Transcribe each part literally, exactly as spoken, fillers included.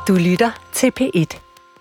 Du lytter til P et.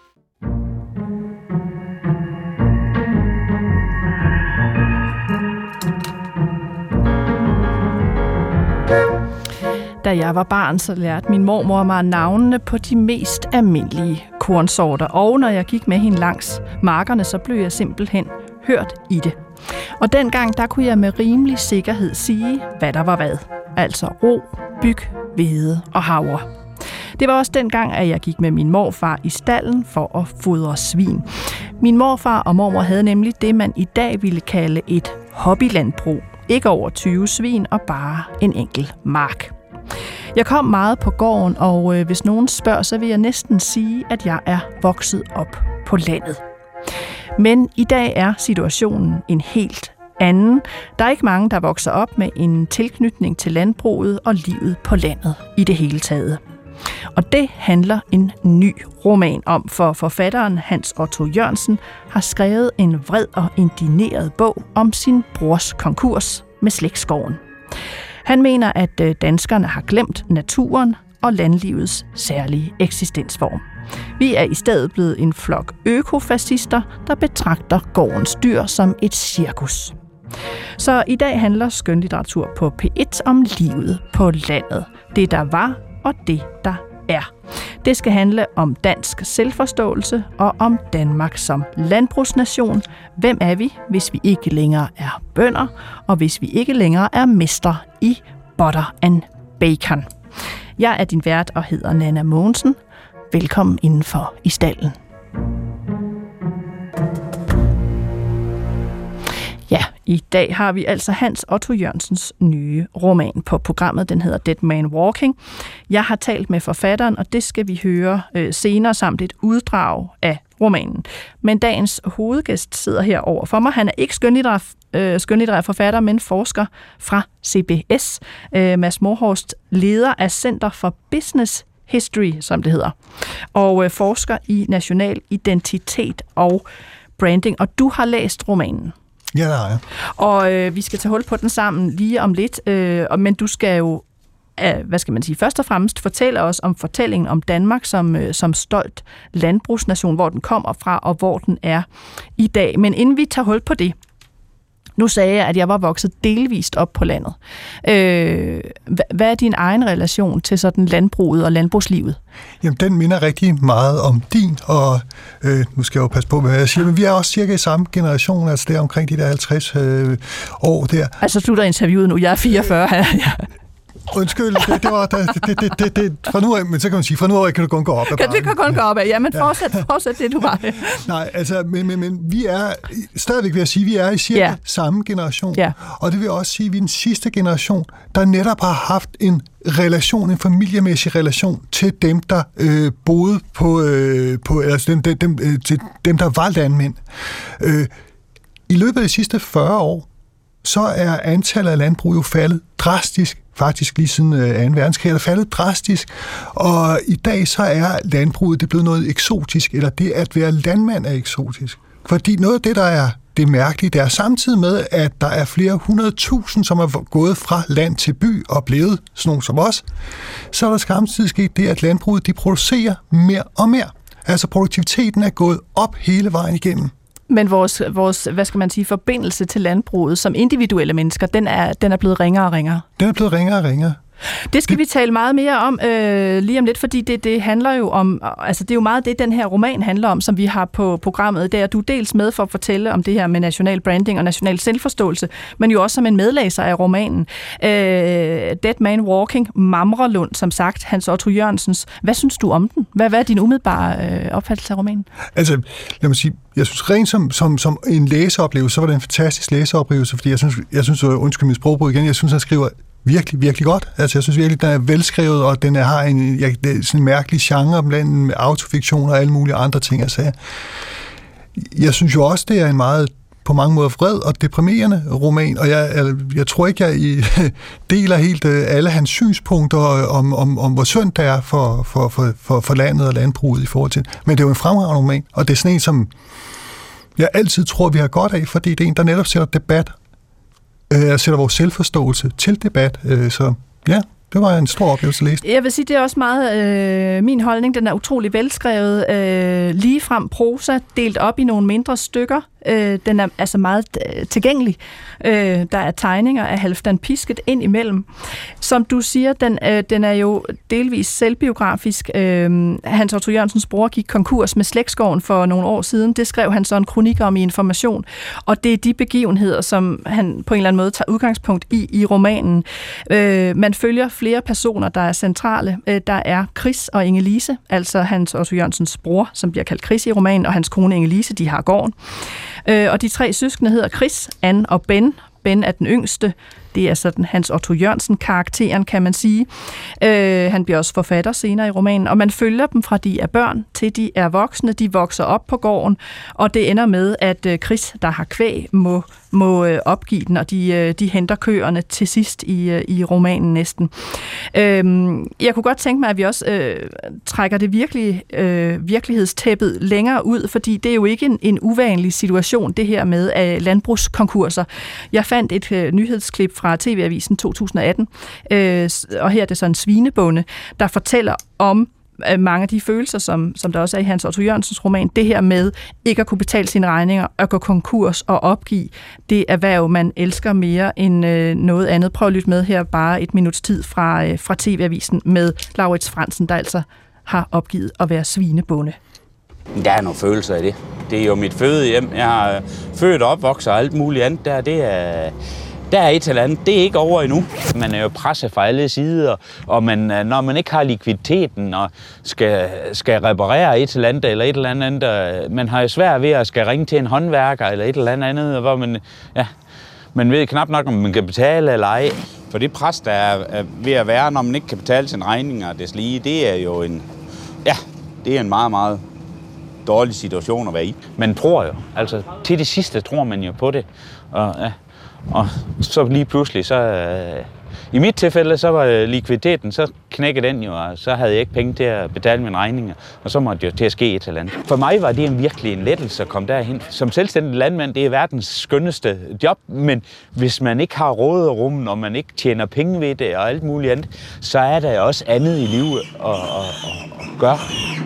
Da jeg var barn, så lærte min mormor mig navnene på de mest almindelige kornsorter, og når jeg gik med hende langs markerne, så blev jeg simpelthen hørt i det. Og dengang, der kunne jeg med rimelig sikkerhed sige, hvad der var hvad. Altså ro, byg, hvede og havre. Det var også dengang, at jeg gik med min morfar i stalden for at fodre svin. Min morfar og mormor havde nemlig det, man i dag ville kalde et hobbylandbrug. Ikke over tyve svin og bare en enkelt mark. Jeg kom meget på gården, og øh, hvis nogen spørger, så vil jeg næsten sige, at jeg er vokset op på landet. Men i dag er situationen en helt anden. Der er ikke mange, der vokser op med en tilknytning til landbruget og livet på landet i det hele taget. Og det handler en ny roman om, for forfatteren Hans Otto Jørgensen har skrevet en vred og indigneret bog om sin brors konkurs med slægtsgården. Han mener, at danskerne har glemt naturen og landlivets særlige eksistensform. Vi er i stedet blevet en flok økofascister, der betragter gårdens dyr som et cirkus. Så i dag handler skønlitteratur på P et om livet på landet. Det, der var, og det, der er. Det skal handle om dansk selvforståelse og om Danmark som landbrugsnation. Hvem er vi, hvis vi ikke længere er bønder, og hvis vi ikke længere er mestre i butter and bacon? Jeg er din vært og hedder Nanna Mogensen. Velkommen indenfor i stallen. Ja, i dag har vi altså Hans Otto Jørgensens nye roman på programmet. Den hedder Dead Man Walking. Jeg har talt med forfatteren, og det skal vi høre øh, senere samt et uddrag af romanen. Men dagens hovedgæst sidder her over for mig. Han er ikke skønlitterær, øh, skønlitterær forfatter, men forsker fra C B S. Øh, Mads Morhorst, leder af Center for Business History, som det hedder, og øh, forsker i national identitet og branding. Og du har læst romanen. Ja, det har jeg. Og øh, vi skal tage hul på den sammen lige om lidt, øh, men du skal jo, øh, hvad skal man sige, først og fremmest fortælle os om fortællingen om Danmark som, øh, som stolt landbrugsnation, hvor den kommer fra og hvor den er i dag. Men inden vi tager hul på det, nu sagde jeg, at jeg var vokset delvist op på landet. Øh, hvad er din egen relation til sådan landbruget og landbrugslivet? Jamen, den minder rigtig meget om din, og øh, nu skal jeg jo passe på, hvad jeg siger, men vi er også cirka i samme generation, altså der omkring de der halvtreds øh, år der. Altså slutter interviewet nu, jeg er fireogfyrre her. Ja. Undskyld, det, det var det, det, det, det, det, fra nu af, men så kan man sige, fra nu af kan du kun gå op ad Kan du kan kun gå op ad, ja, men fortsæt, ja. fortsæt det, du var. Nej, altså, men, men, men vi er, stadigvæk vil jeg sige, vi er i cirka ja. samme generation, ja. Og det vil også sige, at vi er den sidste generation, der netop har haft en relation, en familiemæssig relation til dem, der øh, boede på, øh, på altså dem, dem, dem, øh, til dem, der var landmænd. Øh, I løbet af de sidste fyrre år, så er antallet af landbrug jo faldet drastisk. Faktisk lige siden anden verdenskrig er der faldet drastisk, og i dag så er landbruget det blevet noget eksotisk, eller det at være landmand er eksotisk. Fordi noget af det, der er det mærkelige, det er samtidig med, at der er flere hundrede tusind, som er gået fra land til by og blevet sådan nogle som os, så er der samtidig sket det, at landbruget de producerer mere og mere. Altså produktiviteten er gået op hele vejen igennem. Men vores, vores, hvad skal man sige, forbindelse til landbruget som individuelle mennesker, den er, den er blevet ringere og ringere. Den er blevet ringere og ringere. Det skal det... vi tale meget mere om øh, lige om lidt, fordi det, det handler jo om, altså det er jo meget det, den her roman handler om, som vi har på programmet. Der du er dels med for at fortælle om det her med national branding og national selvforståelse, men jo også som en medlæser af romanen. Øh, Dead Man Walking, Mamrelund, som sagt, Hans Otto Jørgensens. Hvad synes du om den? Hvad, hvad er din umiddelbare øh, opfattelse af romanen? Altså, lad mig sige, jeg synes rent som, som, som en læseoplevelse, så var det en fantastisk læseoplevelse, fordi jeg synes, jeg synes undskyld mit sprogbrug igen, jeg synes, han skriver virkelig, virkelig godt. Altså, jeg synes virkelig, den er velskrevet, og den er, har en, ja, sådan en mærkelig genre blandt med autofiktion og alle mulige andre ting, jeg sagde. Jeg synes jo også, det er en meget, på mange måder vred og deprimerende roman, og jeg, jeg, jeg tror ikke, jeg i, deler helt alle hans synspunkter om, om, om hvor synd det er for, for, for, for, for landet og landbruget i forhold til. Men det er jo en fremragende roman, og det er sådan en, som jeg altid tror, vi har godt af, fordi det er en, der netop sætter debat, øh, sætter vores selvforståelse til debat. Øh, så ja, Det var en stor oplevelse at læse. Jeg vil sige, det er også meget øh, min holdning. Den er utrolig velskrevet. Øh, ligefrem prosa, delt op i nogle mindre stykker. Øh, den er altså meget øh, tilgængelig. Øh, der er tegninger af Halfdan Pisket ind imellem. Som du siger, den, øh, den er jo delvis selvbiografisk. Øh, Hans Otto Jørgensens bror gik konkurs med Slægtsgården for nogle år siden. Det skrev han så en kronik om i Information. Og det er de begivenheder, som han på en eller anden måde tager udgangspunkt i i romanen. Øh, man følger flere personer, der er centrale. Øh, der er Chris og Inge-Lise, altså Hans Otto Jørgensens bror, som bliver kaldt Chris i romanen, og hans kone Inge-Lise, de har gården. Øh, og de tre søskende hedder Chris, Anne og Ben. Ben er den yngste. Det er sådan Hans Otto Jørgensen-karakteren, kan man sige. Øh, han bliver også forfatter senere i romanen, og man følger dem fra de er børn til de er voksne. De vokser op på gården, og det ender med, at Chris, der har kvæg, må, må opgive den, og de, de henter køerne til sidst i, i romanen næsten. Øh, jeg kunne godt tænke mig, at vi også øh, trækker det virkelig, øh, virkelighedstæppet længere ud, fordi det er jo ikke en, en uvanlig situation, det her med øh, landbrugskonkurser. Jeg fandt et øh, nyhedsklip fra T V-avisen to tusind og atten, øh, og her er det så en svinebonde, der fortæller om øh, mange af de følelser, som, som der også er i Hans Otto Jørgensens roman. Det her med ikke at kunne betale sine regninger, at gå konkurs og opgive det erhverv, man elsker mere end øh, noget andet. Prøv at lytte med her bare et minuts tid fra, øh, fra T V-avisen med Laurits Frandsen, der altså har opgivet at være svinebonde. Der er nogle følelser i det. Det er jo mit fødehjem. Jeg har født og opvokset og alt muligt andet der. Det er... Der er et eller andet. Det er ikke over endnu. Man er jo presset fra alle sider, og man, når man ikke har likviditeten og skal, skal reparere et eller andet eller et eller andet, man har jo svært ved at skal ringe til en håndværker eller et eller andet, hvor man, ja, man ved knap nok, om man kan betale eller ej. For det pres, der er ved at være, når man ikke kan betale sine regninger og deslige, det er jo en, ja, det er en meget, meget dårlig situation at være i. Man tror jo, altså til det sidste tror man jo på det, og ja. Og så lige pludselig, så øh, i mit tilfælde, så var likviditeten, så knækkede den jo, og så havde jeg ikke penge til at betale mine regninger, og så måtte det jo til at ske et eller andet. For mig var det en virkelig en lettelse at komme derhen. Som selvstændig landmand, det er verdens skønneste job, men hvis man ikke har råd og rum, og man ikke tjener penge ved det og alt muligt andet, så er der også andet i livet at, at, at gøre.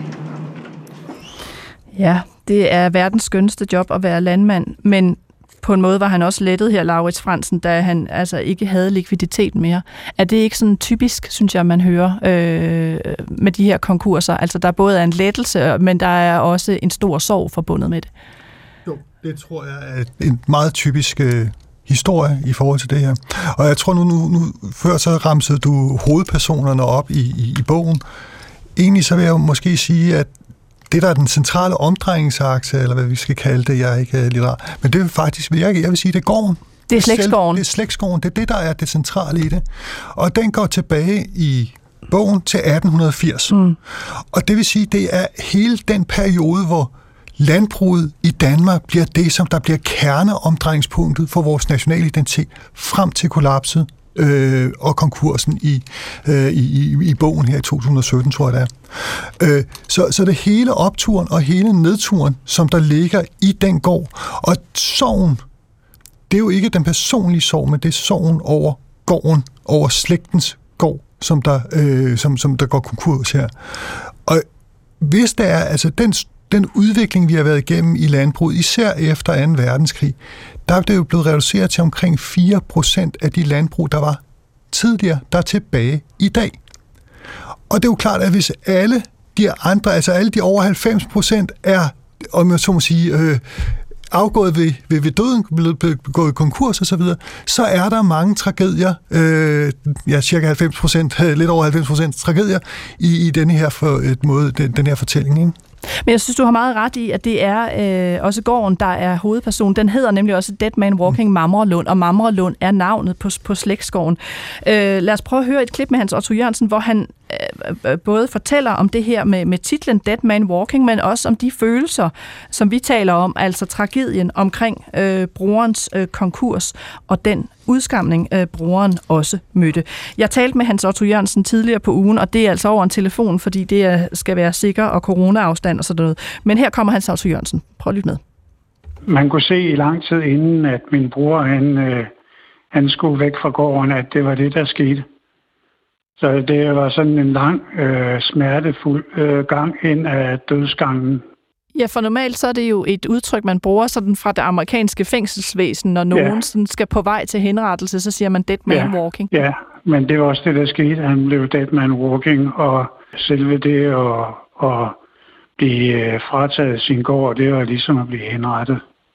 Ja, det er verdens skønneste job at være landmand, men på en måde var han også lettet her, Laurits Frandsen, da han altså ikke havde likviditet mere. Er det ikke sådan typisk, synes jeg, man hører øh, med de her konkurser? Altså, der både er en lettelse, men der er også en stor sorg forbundet med det. Jo, det tror jeg er en meget typisk øh, historie i forhold til det her. Og jeg tror nu, nu, nu før så ramsede du hovedpersonerne op i, i, i bogen. Egentlig så vil jeg måske sige, at det, der er den centrale omdrejningsakse, eller hvad vi skal kalde det, jeg er ikke litterar, men det vil faktisk virke, jeg vil sige, det er gården. Det er Slægtsgården. Det er Slægtsgården, det er det, der er det centrale i det. Og den går tilbage i bogen til atten firs. Mm. Og det vil sige, det er hele den periode, hvor landbruget i Danmark bliver det, som der bliver kerneomdrejningspunktet for vores nationale identitet, frem til kollapset øh, og konkursen i, øh, i, i bogen her i to tusind og sytten, tror jeg det er. Øh, så, så det hele opturen og hele nedturen, som der ligger i den gård. Og sorgen, det er jo ikke den personlige sorg, men det er sorgen over gården, over slægtens gård, som der, øh, som, som der går konkurs her. Og hvis der er, altså den, den udvikling, vi har været igennem i landbruget, især efter anden verdenskrig, der er det jo blevet reduceret til omkring fire procent af de landbrug, der var tidligere, der er tilbage i dag. Og det er jo klart, at hvis alle de andre, altså alle de over halvfems procent er, om jeg så må sige, øh, afgået ved, ved, ved døden, gået konkurs og så videre, så er der mange tragedier, øh, ja, cirka halvfems procent, lidt over halvfems procent tragedier i, i denne her, for, et måde, den, den her fortælling, ikke? Men jeg synes, du har meget ret i, at det er øh, også gården, der er hovedpersonen. Den hedder nemlig også Dead Man Walking Mamrelund, og Mamrelund er navnet på, på Slægtsgården. Øh, lad os prøve at høre et klip med Hans Otto Jørgensen, hvor han øh, både fortæller om det her med, med titlen Dead Man Walking, men også om de følelser, som vi taler om, altså tragedien omkring øh, brorens øh, konkurs og den udskamning, øh, broren også mødte. Jeg talte med Hans Otto Jørgensen tidligere på ugen, og det er altså over en telefon, fordi det er, skal være sikker og corona-afstand og sådan noget. Men her kommer Hans Otto Jørgensen. Prøv at lytte med. Man kunne se i lang tid inden, at min bror, han, øh, han skulle væk fra gården, at det var det, der skete. Så det var sådan en lang, øh, smertefuld øh, gang ind af dødsgangen. Ja, for normalt så er det jo et udtryk, man bruger sådan fra det amerikanske fængselsvæsen, når nogen ja. sådan skal på vej til henrettelse, så siger man dead man ja. walking. Ja, men det var også det, der skete. Han blev dead man walking, og selve det at, at blive frataget sin gård, det var ligesom at blive henrettet.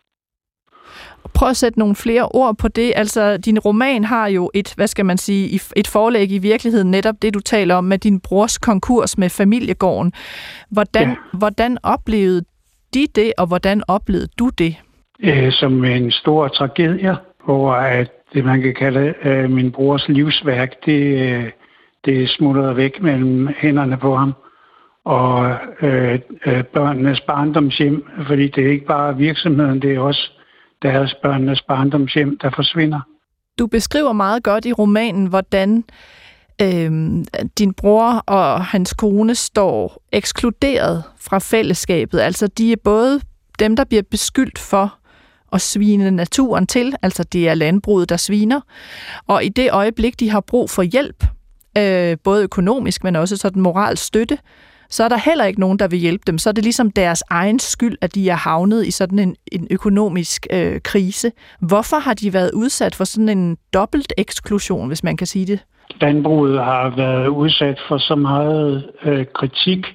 Prøv at sætte nogle flere ord på det. Altså, din roman har jo et, hvad skal man sige, et forlæg i virkeligheden, netop det, du taler om med din brors konkurs med familiegården. Hvordan, ja. hvordan oplevede de det, og hvordan oplevede du det? Æ, som en stor tragedie, hvor at det, man kan kalde øh, min brors livsværk, det, det smuttede væk mellem hænderne på ham. Og øh, øh, børnenes barndomshjem, fordi det er ikke bare virksomheden, det er også deres børnenes barndomshjem, der forsvinder. Du beskriver meget godt i romanen, hvordan øh, din bror og hans kone står ekskluderet fra fællesskabet. Altså de er både dem, der bliver beskyldt for at svine naturen til, altså det er landbruget, der sviner, og i det øjeblik, de har brug for hjælp, øh, både økonomisk, men også sådan moral støtte, så er der heller ikke nogen, der vil hjælpe dem. Så er det ligesom deres egen skyld, at de er havnet i sådan en, en økonomisk øh, krise. Hvorfor har de været udsat for sådan en dobbelt eksklusion, hvis man kan sige det? Landbruget har været udsat for så meget øh, kritik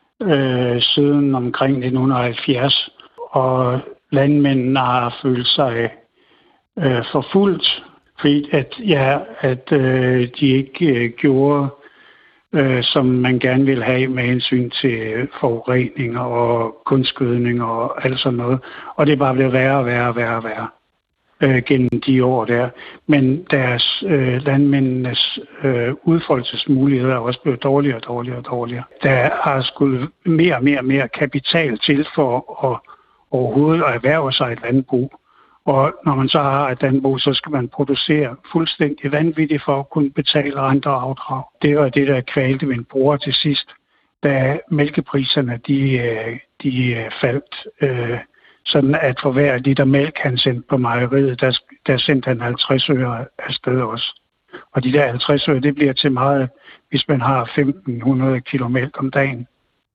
øh, siden omkring nitten halvfjerds, og landmændene har følt sig øh, forfulgt, fordi at, ja, at øh, de ikke øh, gjorde Øh, som man gerne vil have med hensyn til forurening og kunstgødning og alt sådan noget. Og det er bare blevet værre og værre og værre og værre øh, gennem de år der. Men deres øh, landmændenes øh, udfoldelsesmuligheder er også blevet dårligere og dårligere og dårligere. Der har skulle mere og mere og mere kapital til for at overhovedet at erhverve sig et landbrug. Og når man så har et landbrug, så skal man producere fuldstændig vanvittigt for at kunne betale renter og afdrag. Det var det, der kvalte min bror til sidst, da mælkepriserne de, de faldt. Øh, sådan at for hver liter mælk, han sendte på mejeriet, der, der sendte han halvtreds øre afsted også. Og de der halvtreds øre, det bliver til meget, hvis man har femten hundrede kilo mælk om dagen.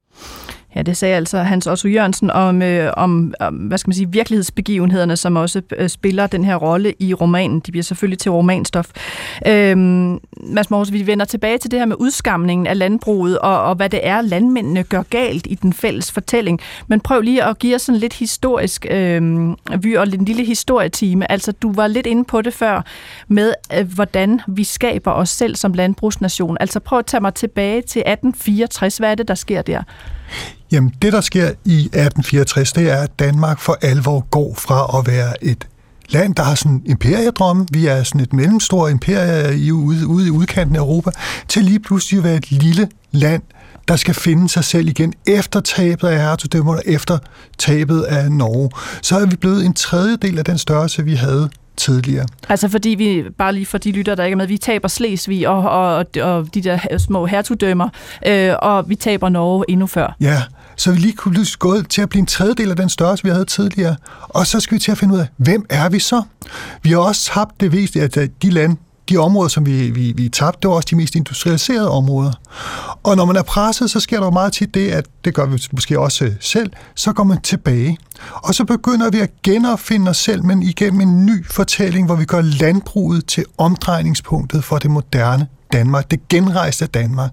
Ja, det sagde altså Hans Otto Jørgensen om, øh, om, om hvad skal man sige, virkelighedsbegivenhederne, som også øh, spiller den her rolle i romanen. De bliver selvfølgelig til romanstof. Øhm, Mads Mogens, vi vender tilbage til det her med udskamningen af landbruget, og, og hvad det er, landmændene gør galt i den fælles fortælling. Men prøv lige at give os sådan lidt historisk øh, vy og en lille historietime. Altså, du var lidt inde på det før med, øh, hvordan vi skaber os selv som landbrugsnation. Altså, prøv at tage mig tilbage til atten fireogtres. Hvad er det, der sker der? Jamen, det der sker i atten fireogtres, det er, at Danmark for alvor går fra at være et land, der har sådan en imperiedrømme. Vi er sådan et mellemstort imperie i, ude, ude i udkanten af Europa, til lige pludselig at være et lille land, der skal finde sig selv igen efter tabet af hertugdømmerne, efter tabet af Norge. Så er vi blevet en tredjedel af den størrelse, vi havde tidligere. Altså fordi vi, bare lige for de lytter, der ikke er med, vi taber Slesvig og, og, og de der små hertugdømmer, øh, og vi taber Norge endnu før. Ja, så vi lige kunne gå til at blive en tredjedel af den størrelse, vi havde tidligere. Og så skal vi til at finde ud af, hvem er vi så? Vi har også tabt det væsentlige, at de lande, de områder, som vi, vi, vi tabte, det var også de mest industrialiserede områder. Og når man er presset, så sker der jo meget tit det, at det gør vi måske også selv, så går man tilbage. Og så begynder vi at genopfinde os selv, men igennem en ny fortælling, hvor vi gør landbruget til omdrejningspunktet for det moderne Danmark, det genrejste Danmark.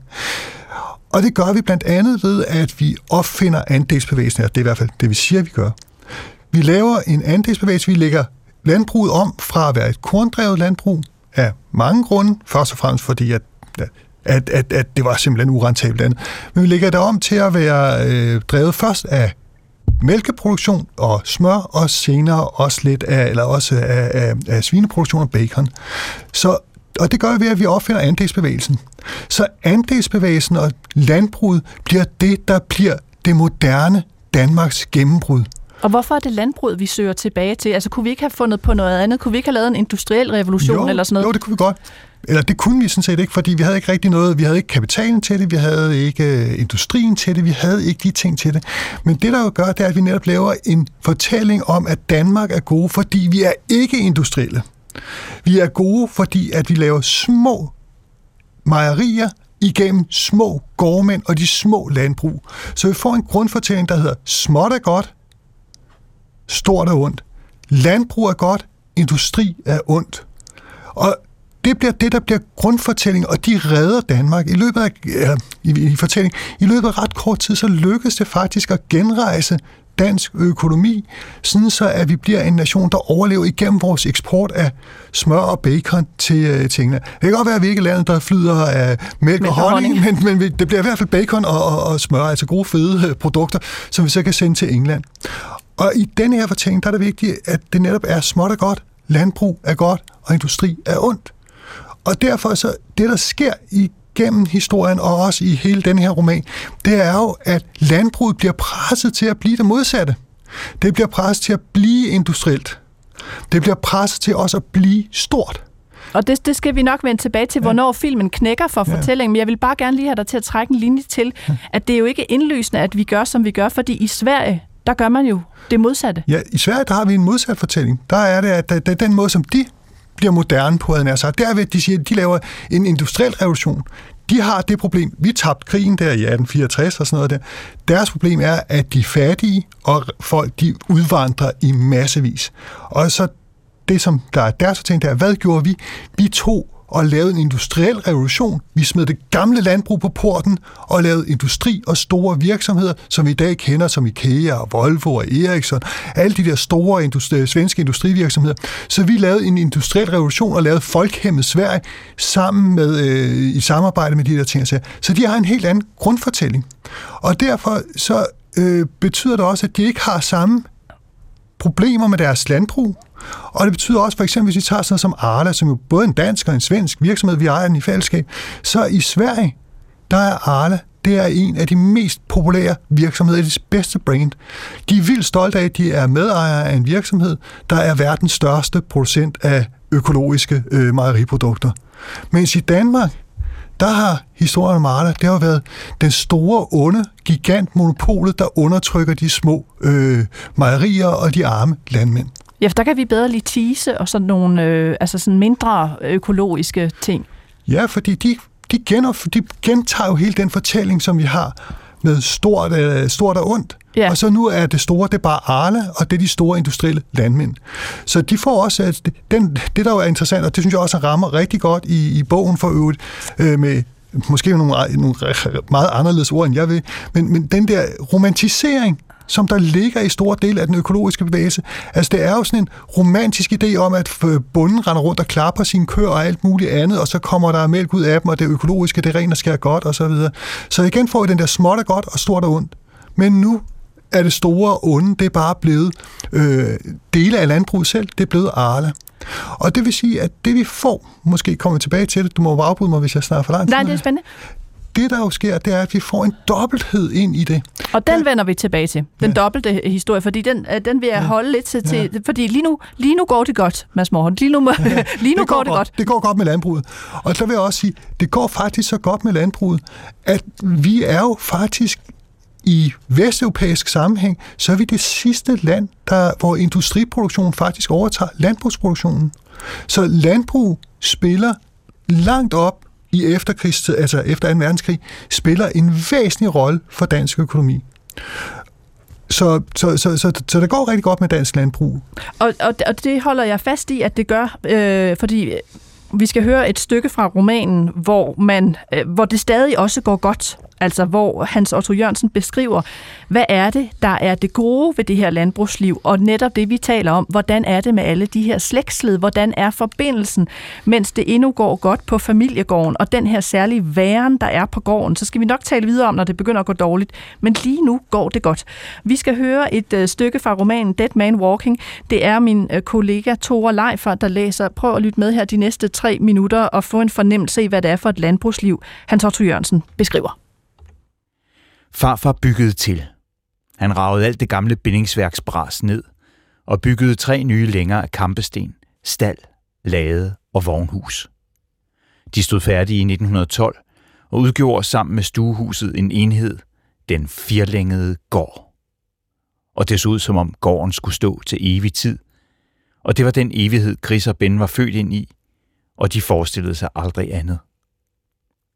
Og det gør vi blandt andet ved, at vi opfinder andelsbevægelsen, det er i hvert fald det, vi siger, vi gør. Vi laver en andelsbevægelse, vi lægger landbruget om fra at være et korndrevet landbrug, af mange grunde. Først og fremmest fordi, at, at, at, at det var simpelthen urentabelt andet. Men vi lægger det om til at være øh, drevet først af mælkeproduktion og smør, og senere også lidt af, eller også af, af, af svineproduktion og bacon. Så, og det gør vi ved, at vi opfinder andelsbevægelsen. Så andelsbevægelsen og landbruget bliver det, der bliver det moderne Danmarks gennembrud. Og hvorfor er det landbruget, vi søger tilbage til? Altså, kunne vi ikke have fundet på noget andet? Kunne vi ikke have lavet en industriel revolution jo, eller sådan noget? Jo, det kunne vi godt. Eller det kunne vi sådan set ikke, fordi vi havde ikke rigtig noget. Vi havde ikke kapitalen til det, vi havde ikke industrien til det, vi havde ikke de ting til det. Men det, der jo gør, det er, at vi netop laver en fortælling om, at Danmark er gode, fordi vi er ikke industrielle. Vi er gode, fordi at vi laver små mejerier igennem små gårdmænd og de små landbrug. Så vi får en grundfortælling, der hedder småt er godt, stort er ondt. Landbrug er godt, industri er ondt. Og det bliver det, der bliver grundfortælling, og de redder Danmark. I løbet af, ja, i, i, fortælling, i løbet af ret kort tid, så lykkes det faktisk at genrejse dansk økonomi, sådan så at vi bliver en nation, der overlever igennem vores eksport af smør og bacon til, til England. Det kan godt være, at vi ikke er landet, der flyder af mælk og honning, men, men det bliver i hvert fald bacon og, og, og smør, altså gode, fede produkter, som vi så kan sende til England. Og i denne her fortælling, der er det vigtigt, at det netop er småt er godt, landbrug er godt, og industri er ondt. Og derfor så, det der sker igennem historien, og også i hele den her roman, det er jo, at landbruget bliver presset til at blive det modsatte. Det bliver presset til at blive industrielt. Det bliver presset til også at blive stort. Og det, det skal vi nok vende tilbage til, hvornår ja. filmen knækker for ja. fortællingen, men jeg vil bare gerne lige have dig til at trække en linje til, at det er jo ikke indlysende, at vi gør, som vi gør, fordi i Sverige, der gør man jo det modsatte. Ja, i Sverige, der har vi en modsat fortælling. Der er det, at det er den måde, som de bliver moderne på, havde jeg sagt. Derved, de siger, at de laver en industriel revolution. De har det problem. Vi tabte krigen der i atten fireogtres og sådan noget der. Deres problem er, at de fattige og folk, de udvandrer i massevis. Og så det, som der er deres fortælling, der er, hvad gjorde vi? Vi tog og lavede en industriel revolution. Vi smed det gamle landbrug på porten og lavede industri og store virksomheder, som vi i dag kender som IKEA og Volvo og Ericsson. Alle de der store industri- svenske industrivirksomheder. Så vi lavede en industriel revolution og lavede Folkhemmet Sverige sammen med, øh, i samarbejde med de der ting. Så de har en helt anden grundfortælling. Og derfor så øh, betyder det også, at de ikke har samme problemer med deres landbrug. Og det betyder også, for eksempel, hvis vi tager sådan noget som Arla, som jo både en dansk og en svensk virksomhed, vi ejer den i fællesskab, så i Sverige, der er Arla, det er en af de mest populære virksomheder, det bedste brand. De er vildt stolte af, at de er medejere af en virksomhed, der er verdens største producent af økologiske øh, mejeriprodukter. Mens i Danmark, der har historien om Arla, det har været den store, onde gigantmonopolet, der undertrykker de små øh, mejerier og de arme landmænd. Ja, for der kan vi bedre lige tease og sådan nogle øh, altså sådan mindre økologiske ting. Ja, fordi de, de, gener, de gentager jo hele den fortælling, som vi har med stort, øh, stort og ondt. Ja. Og så nu er det store, det er bare Arla, og det er de store industrielle landmænd. Så de får også, at den, det der jo er interessant, og det synes jeg også rammer rigtig godt i, i bogen for øvrigt, øh, med måske nogle, nogle meget anderledes ord, end jeg vil, men, men den der romantisering, som der ligger i store dele af den økologiske bevægelse. Altså, det er jo sådan en romantisk idé om, at bonden render rundt og klapper sine køer og alt muligt andet, og så kommer der mælk ud af dem, og det økologiske, det er rent og skær godt, og så videre. Så igen får vi den der småt og godt og stort og ondt. Men nu er det store og onde, det er bare blevet øh, dele af landbruget selv, det er blevet Arla. Og det vil sige, at det vi får, måske kommer tilbage til det, du må afbryde mig, hvis jeg snart for langt. Nej, det er spændende. Det, der jo sker, det er, at vi får en dobbelthed ind i det. Og den vender vi tilbage til, den ja. dobbelte historie, fordi den, den vil jeg ja. holde lidt til, til ja. fordi lige nu, lige nu går det godt, Mads Morgen. Lige nu, ja. lige nu det går, går det godt. godt. Det går godt med landbruget. Og der vil jeg også sige, det går faktisk så godt med landbruget, at vi er jo faktisk i vesteuropæisk sammenhæng, så er vi det sidste land, der, hvor industriproduktionen faktisk overtager landbrugsproduktionen. Så landbrug spiller langt op i efterkrigstid, altså efter anden verdenskrig, spiller en væsentlig rolle for dansk økonomi. Så, så, så, så, så det går rigtig godt med dansk landbrug. Og, og, og det holder jeg fast i, at det gør, øh, fordi vi skal høre et stykke fra romanen, hvor, man, øh, hvor det stadig også går godt. Altså hvor Hans Otto Jørgensen beskriver, hvad er det, der er det gode ved det her landbrugsliv, og netop det, vi taler om, hvordan er det med alle de her slægtsled, hvordan er forbindelsen, mens det endnu går godt på familiegården, og den her særlige væren, der er på gården, så skal vi nok tale videre om, når det begynder at gå dårligt, men lige nu går det godt. Vi skal høre et uh, stykke fra romanen Dead Man Walking. Det er min uh, kollega Tore Leifer, der læser. Prøv at lytte med her de næste tre minutter og få en fornemmelse af, hvad det er for et landbrugsliv, Hans Otto Jørgensen beskriver. Farfar byggede til. Han ragede alt det gamle bindingsværksbras ned og byggede tre nye længer af kampesten, stald, lade og vognhus. De stod færdige i nitten tolv og udgjorde sammen med stuehuset en enhed, den firlængede gård. Og det så ud, som om gården skulle stå til evig tid, og det var den evighed, Chris og Ben var født ind i, og de forestillede sig aldrig andet.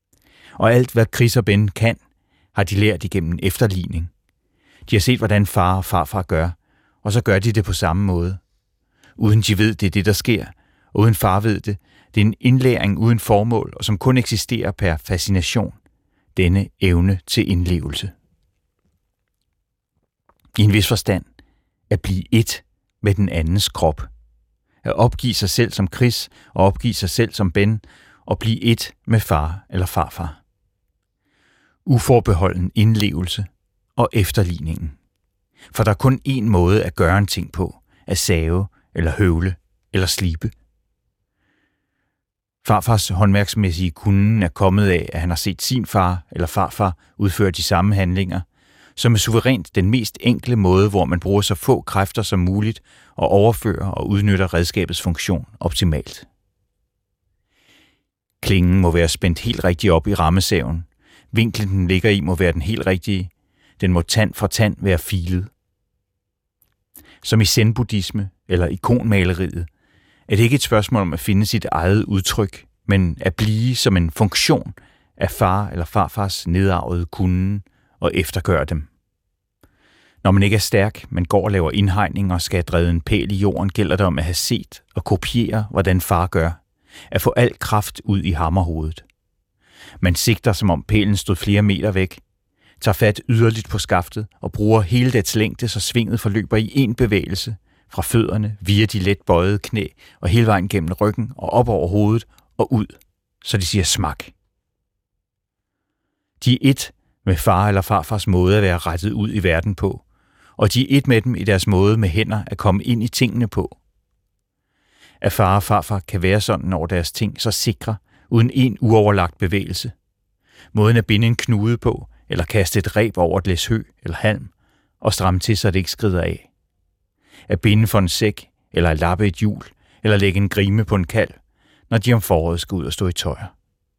Og alt, hvad Chris og Ben kan, har de lært igennem efterligning. De har set, hvordan far og farfar gør, og så gør de det på samme måde. Uden de ved, det er det, der sker, og uden far ved det, det er en indlæring uden formål, og som kun eksisterer per fascination. Denne evne til indlevelse. I en vis forstand, at blive ét med den andens krop. At opgive sig selv som Chris, og opgive sig selv som Ben, og blive ét med far eller farfar. Uforbeholden indlevelse og efterligningen. For der er kun én måde at gøre en ting på, at save eller høvle eller slibe. Farfars håndværksmæssige kunnen er kommet af, at han har set sin far eller farfar udføre de samme handlinger, som er suverænt den mest enkle måde, hvor man bruger så få kræfter som muligt og overfører og udnytter redskabets funktion optimalt. Klingen må være spændt helt rigtigt op i rammesaven. Vinklen, den ligger i, må være den helt rigtige. Den må tand for tand være filet. Som i zen-buddhisme eller ikonmaleriet, er det ikke et spørgsmål om at finde sit eget udtryk, men at blive som en funktion af far eller farfars nedarvede kunden og eftergøre dem. Når man ikke er stærk, men går og laver indhegninger og skal have drevet en pæl i jorden, gælder det om at have set og kopiere, hvordan far gør. At få al kraft ud i hammerhovedet. Man sigter, som om pælen stod flere meter væk, tager fat yderligt på skaftet og bruger hele dets længde, så svinget forløber i én bevægelse, fra fødderne via de let bøjede knæ og hele vejen gennem ryggen og op over hovedet og ud, så de siger smak. De er ét med far eller farfars måde at være rettet ud i verden på, og de er ét med dem i deres måde med hænder at komme ind i tingene på. At far og farfar kan være sådan over deres ting, så sikre, uden en uoverlagt bevægelse. Måden at binde en knude på, eller kaste et reb over et læs hø eller halm, og stramme til, så det ikke skrider af. At binde for en sæk, eller at lappe et hjul, eller lægge en grime på en kalv, når de om foråret skal ud og stå i tøjer.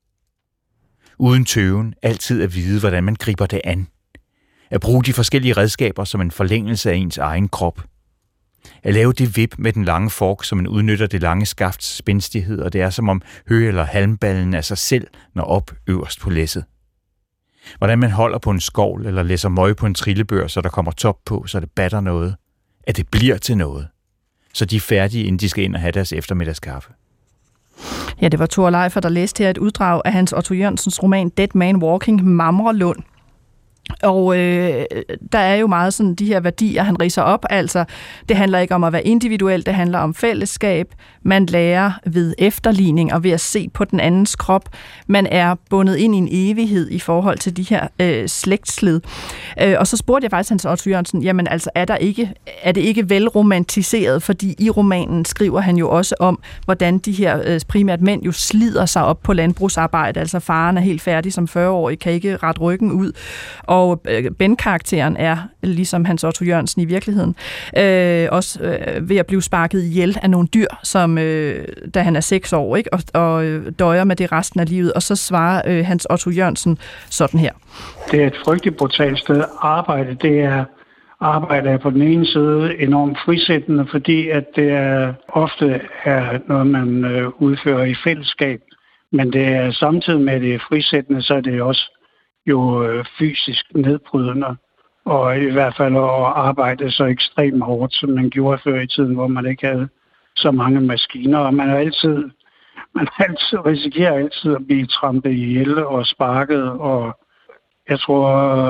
Uden tøven altid at vide, hvordan man griber det an. At bruge de forskellige redskaber som en forlængelse af ens egen krop. At lave det vip med den lange fork, som man udnytter det lange skafts spændstighed, og det er som om hø- eller halmballen af sig selv når op øverst på læsset. Hvordan man holder på en skovl eller læsser møg på en trillebør, så der kommer top på, så det batter noget. At det bliver til noget. Så de er færdige, inden de skal ind og have deres eftermiddagskaffe. Ja, det var Thor Leifer, der læste her et uddrag af Hans Otto Jørgensens roman Dead Man Walking, Mamrelund. Og øh, der er jo meget sådan de her værdier, han ridser op. Altså, det handler ikke om at være individuel, det handler om fællesskab. Man lærer ved efterligning og ved at se på den andens krop. Man er bundet ind i en evighed i forhold til de her øh, slægtsled. Øh, og så spurgte jeg faktisk Hans Otto Jørgensen, jamen altså, er, der ikke, er det ikke velromantiseret? Fordi i romanen skriver han jo også om, hvordan de her øh, primært mænd jo slider sig op på landbrugsarbejde. Altså, faren er helt færdig som fyrre-årig, kan ikke rette ryggen ud. Og Ben-karakteren er, ligesom Hans Otto Jørgensen i virkeligheden, øh, også øh, ved at blive sparket ihjel af nogle dyr, som øh, da han er seks år, ikke? Og, og øh, døjer med det resten af livet. Og så svarer øh, Hans Otto Jørgensen sådan her. Det er et frygteligt brutalt sted at arbejde. Det er arbejde er på den ene side enormt frisættende, fordi at det er, ofte er noget, man øh, udfører i fællesskab. Men det er samtidig med det frisættende, så er det også jo fysisk nedbrydende, og i hvert fald at arbejde så ekstremt hårdt, som man gjorde før i tiden, hvor man ikke havde så mange maskiner, og man er altid, man altid risikerer altid at blive trampet ihjel og sparket, og jeg tror,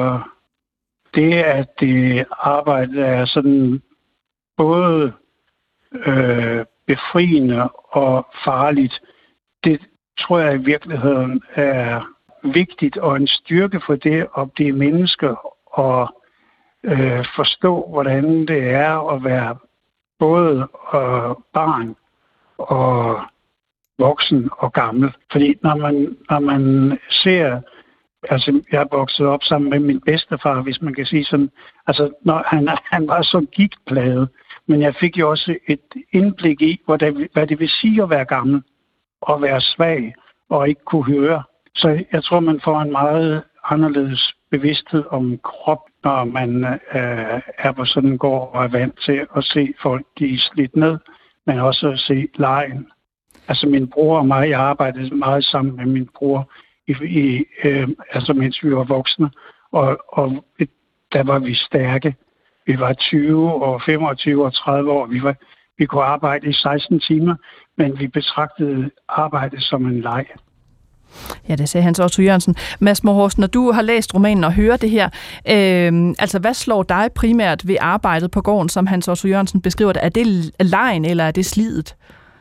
det at det arbejde er sådan både øh, befriende og farligt, det tror jeg i virkeligheden er vigtigt og en styrke for det at blive menneske og øh, forstå, hvordan det er at være både øh, barn og voksen og gammel. Fordi når man, når man ser, altså jeg er vokset op sammen med min bedstefar, hvis man kan sige sådan, altså når han, han var så gigtplaget, men jeg fik jo også et indblik i, hvad det, hvad det vil sige at være gammel og være svag og ikke kunne høre. Så jeg tror, man får en meget anderledes bevidsthed om krop, når man øh, er på sådan en gård og er vant til at se folk, de er slidt ned, men også at se lejen. Altså min bror og mig, jeg arbejdede meget sammen med min bror i, i, øh, altså mens vi var voksne, og, og der var vi stærke. Vi var tyve og femogtyve og tredive år. Vi, var, vi kunne arbejde i seksten timer, men vi betragtede arbejdet som en leg. Ja, det sagde Hans Otto Jørgensen. Mads Morhorst, når du har læst romanen og hører det her, øh, altså hvad slår dig primært ved arbejdet på gården, som Hans Otto Jørgensen beskriver det? Er det legen, eller er det slidet?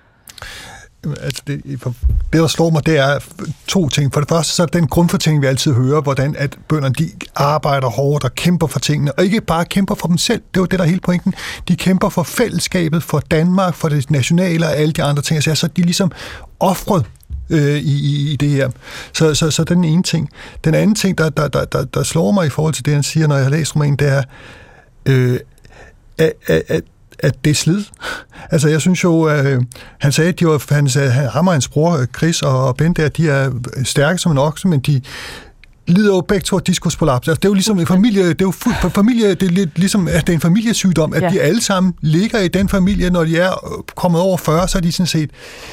Altså det, det, der slår mig, det er to ting. For det første, så er det den grundfortælling, vi altid hører, hvordan at bønderne, de arbejder hårdt og kæmper for tingene, og ikke bare kæmper for dem selv. Det var det, der er hele pointen. De kæmper for fællesskabet, for Danmark, for det nationale og alle de andre ting. Så de er ligesom offret øh, i, i det her. Så, så, så den ene ting. Den anden ting, der, der, der, der, der slår mig i forhold til det, han siger, når jeg har læst romanen, det er, øh, at, at at det er slid. Altså, jeg synes jo, øh, han sagde, at de var, han sagde, ham og hans bror, Chris og Ben der, de er stærke som en okse, men de lider jo begge to af diskusprolaps. Altså, det er jo ligesom en familie, det er jo fu- familie, det er lidt ligesom, at det er en familiesygdom, at ja. de alle sammen ligger i den familie, når de er kommet over fyrre, så er de sådan set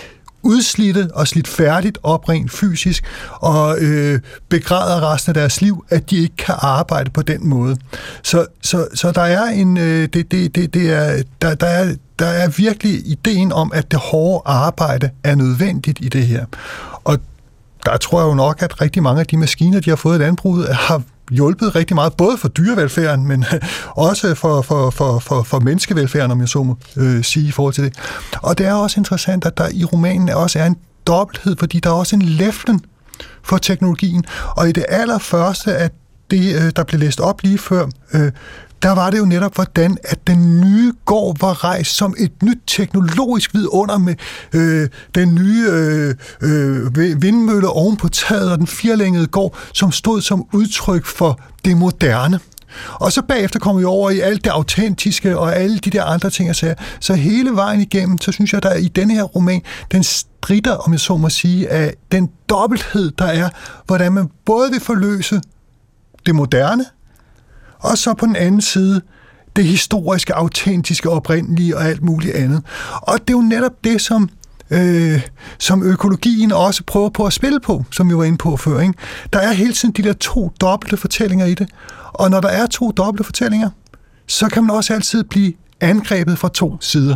udslidte og slidt færdigt op rent fysisk, og øh, begræder resten af deres liv, at de ikke kan arbejde på den måde. Så, så, så der er en, øh, det, det, det, det er, der, der, er, der er virkelig ideen om, at det hårde arbejde er nødvendigt i det her. Og der tror jeg jo nok, at rigtig mange af de maskiner, de har fået i landbruget, har hjulpet rigtig meget, både for dyrevelfærden, men også for, for, for, for, for menneskevelfærden, om jeg så må øh, sige i forhold til det. Og det er også interessant, at der i romanen også er en dobbelthed, fordi der er også en læflen for teknologien. Og i det allerførste, at det, der blev læst op lige før, øh, der var det jo netop, hvordan at den nye gård var rejst som et nyt teknologisk vidunder med øh, den nye øh, øh, vindmølle oven på taget og den firlængede gård, som stod som udtryk for det moderne. Og så bagefter kommer vi over i alt det autentiske og alle de der andre ting, jeg siger. Så hele vejen igennem, så synes jeg, der i denne her roman, den stritter, om jeg så må sige, af den dobbelthed, der er, hvordan man både vil forløse det moderne, og så på den anden side det historiske, autentiske, oprindelige og alt muligt andet. Og det er jo netop det, som, øh, som økologien også prøver på at spille på, som vi var inde på før. Ikke? Der er hele tiden de der to dobbelte fortællinger i det. Og når der er to dobbelte fortællinger, så kan man også altid blive angrebet fra to sider.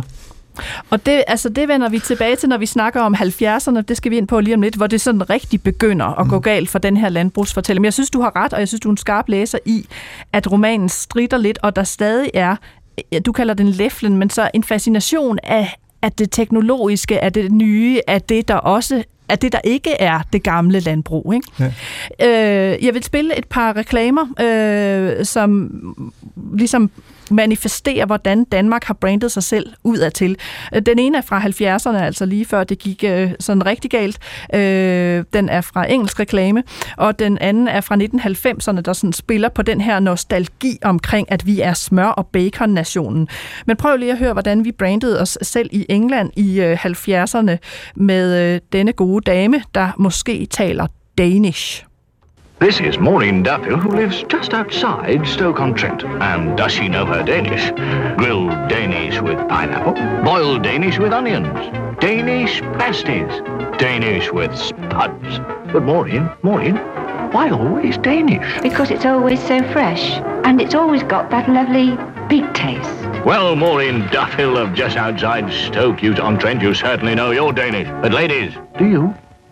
Og det, altså det vender vi tilbage til, når vi snakker om halvfjerdserne, det skal vi ind på lige om lidt, hvor det sådan rigtig begynder at gå galt for den her landbrugsfortælling. Men jeg synes, du har ret, og jeg synes, du er en skarp læser i, at romanen stritter lidt, og der stadig er, du kalder den læflen, men så en fascination af, af det teknologiske, af det nye, af det, der også at det, der ikke er det gamle landbrug. Ikke? Ja. Øh, jeg vil spille et par reklamer, øh, som ligesom manifesterer, hvordan Danmark har brandet sig selv udadtil. Den ene er fra halvfjerdserne, altså lige før det gik øh, sådan rigtig galt. Øh, den er fra engelsk reklame, og den anden er fra nitten halvfemserne, der sådan spiller på den her nostalgi omkring, at vi er smør- og bacon-nationen. Men prøv lige at høre, hvordan vi brandede os selv i England i øh, halvfjerdserne med øh, denne gode dame, der måske taler Danish. This is Maureen Duffield, who lives just outside Stoke-on-Trent. And does she know her Danish? Grilled Danish with pineapple, boiled Danish with onions, Danish pasties, Danish with spuds. But Maureen, Maureen, why always Danish? Because it's always so fresh, and it's always got that lovely beet taste. Well, Maureen Duffield of just outside Stoke-on-Trent, you certainly know your Danish. But ladies, do you?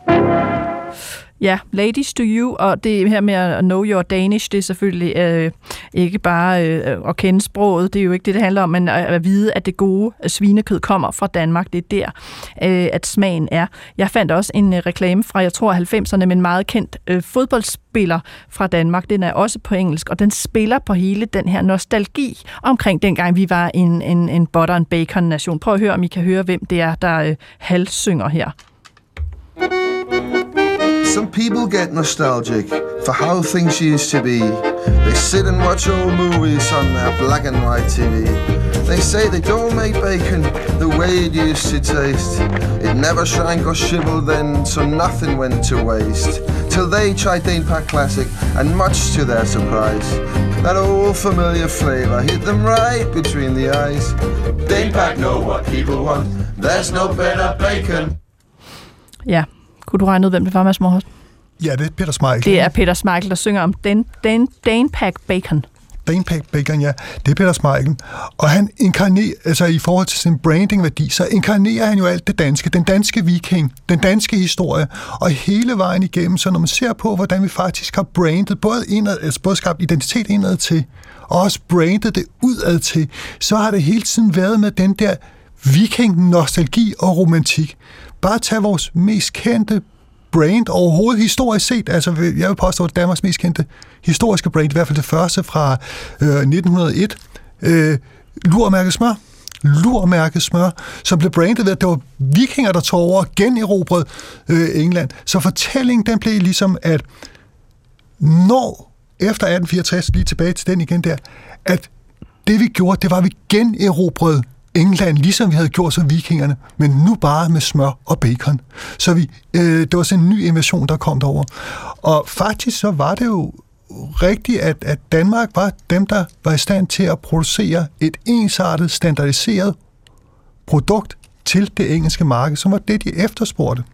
Ja, ladies to you, og det her med at know your Danish, det er selvfølgelig øh, ikke bare øh, at kende sproget, det er jo ikke det, det handler om, men at, at vide, at det gode svinekød kommer fra Danmark, det er der, øh, at smagen er. Jeg fandt også en øh, reklame fra, jeg tror, halvfemserne, med en meget kendt øh, fodboldspiller fra Danmark, den er også på engelsk, og den spiller på hele den her nostalgi omkring dengang, vi var en, en, en butter and bacon nation. Prøv at høre, om I kan høre, hvem det er, der øh, halvsynger her. Some people get nostalgic for how things used to be. They sit and watch old movies on their black and white T V. They say they don't make bacon the way it used to taste. It never shrank or shivered then, so nothing went to waste. Till they tried Danepack Classic, and much to their surprise, that old familiar flavor hit them right between the eyes. Danepack know what people want. There's no better bacon. Ja. Kunne du regne ud, hvem det var, Mads Morhorst? Ja, det er Peter Smeichel. Det er Peter Smeichel, der synger om Dan, Dan, Danepack Bacon. Danepack Bacon, ja. Det er Peter Smeichel. Og han inkarnerer, altså i forhold til sin brandingværdi, så inkarnerer han jo alt det danske. Den danske viking, den danske historie. Og hele vejen igennem, så når man ser på, hvordan vi faktisk har brandet, både, indad, altså både skabt identitet indad til, og også brandet det udad til, så har det hele tiden været med den der viking-nostalgi og romantik. Bare tag vores mest kendte brand overhovedet historisk set. Altså, jeg vil påstå, at Danmarks mest kendte historiske brand, i hvert fald det første fra øh, nitten hundrede og et, øh, Lurmærket Smør. Lurmærket Smør, som blev brandet ved, at det var vikinger, der tog over og generobrede øh, England. Så fortællingen, den blev ligesom, at når efter atten fireogtres, lige tilbage til den igen der, at det vi gjorde, det var, at vi generobrede England, ligesom vi havde gjort som vikingerne, men nu bare med smør og bacon. Så vi, øh, det var sådan en ny invasion, der kom derover. Og faktisk så var det jo rigtigt, at, at Danmark var dem, der var i stand til at producere et ensartet, standardiseret produkt til det engelske marked, som var det, de efterspurgte.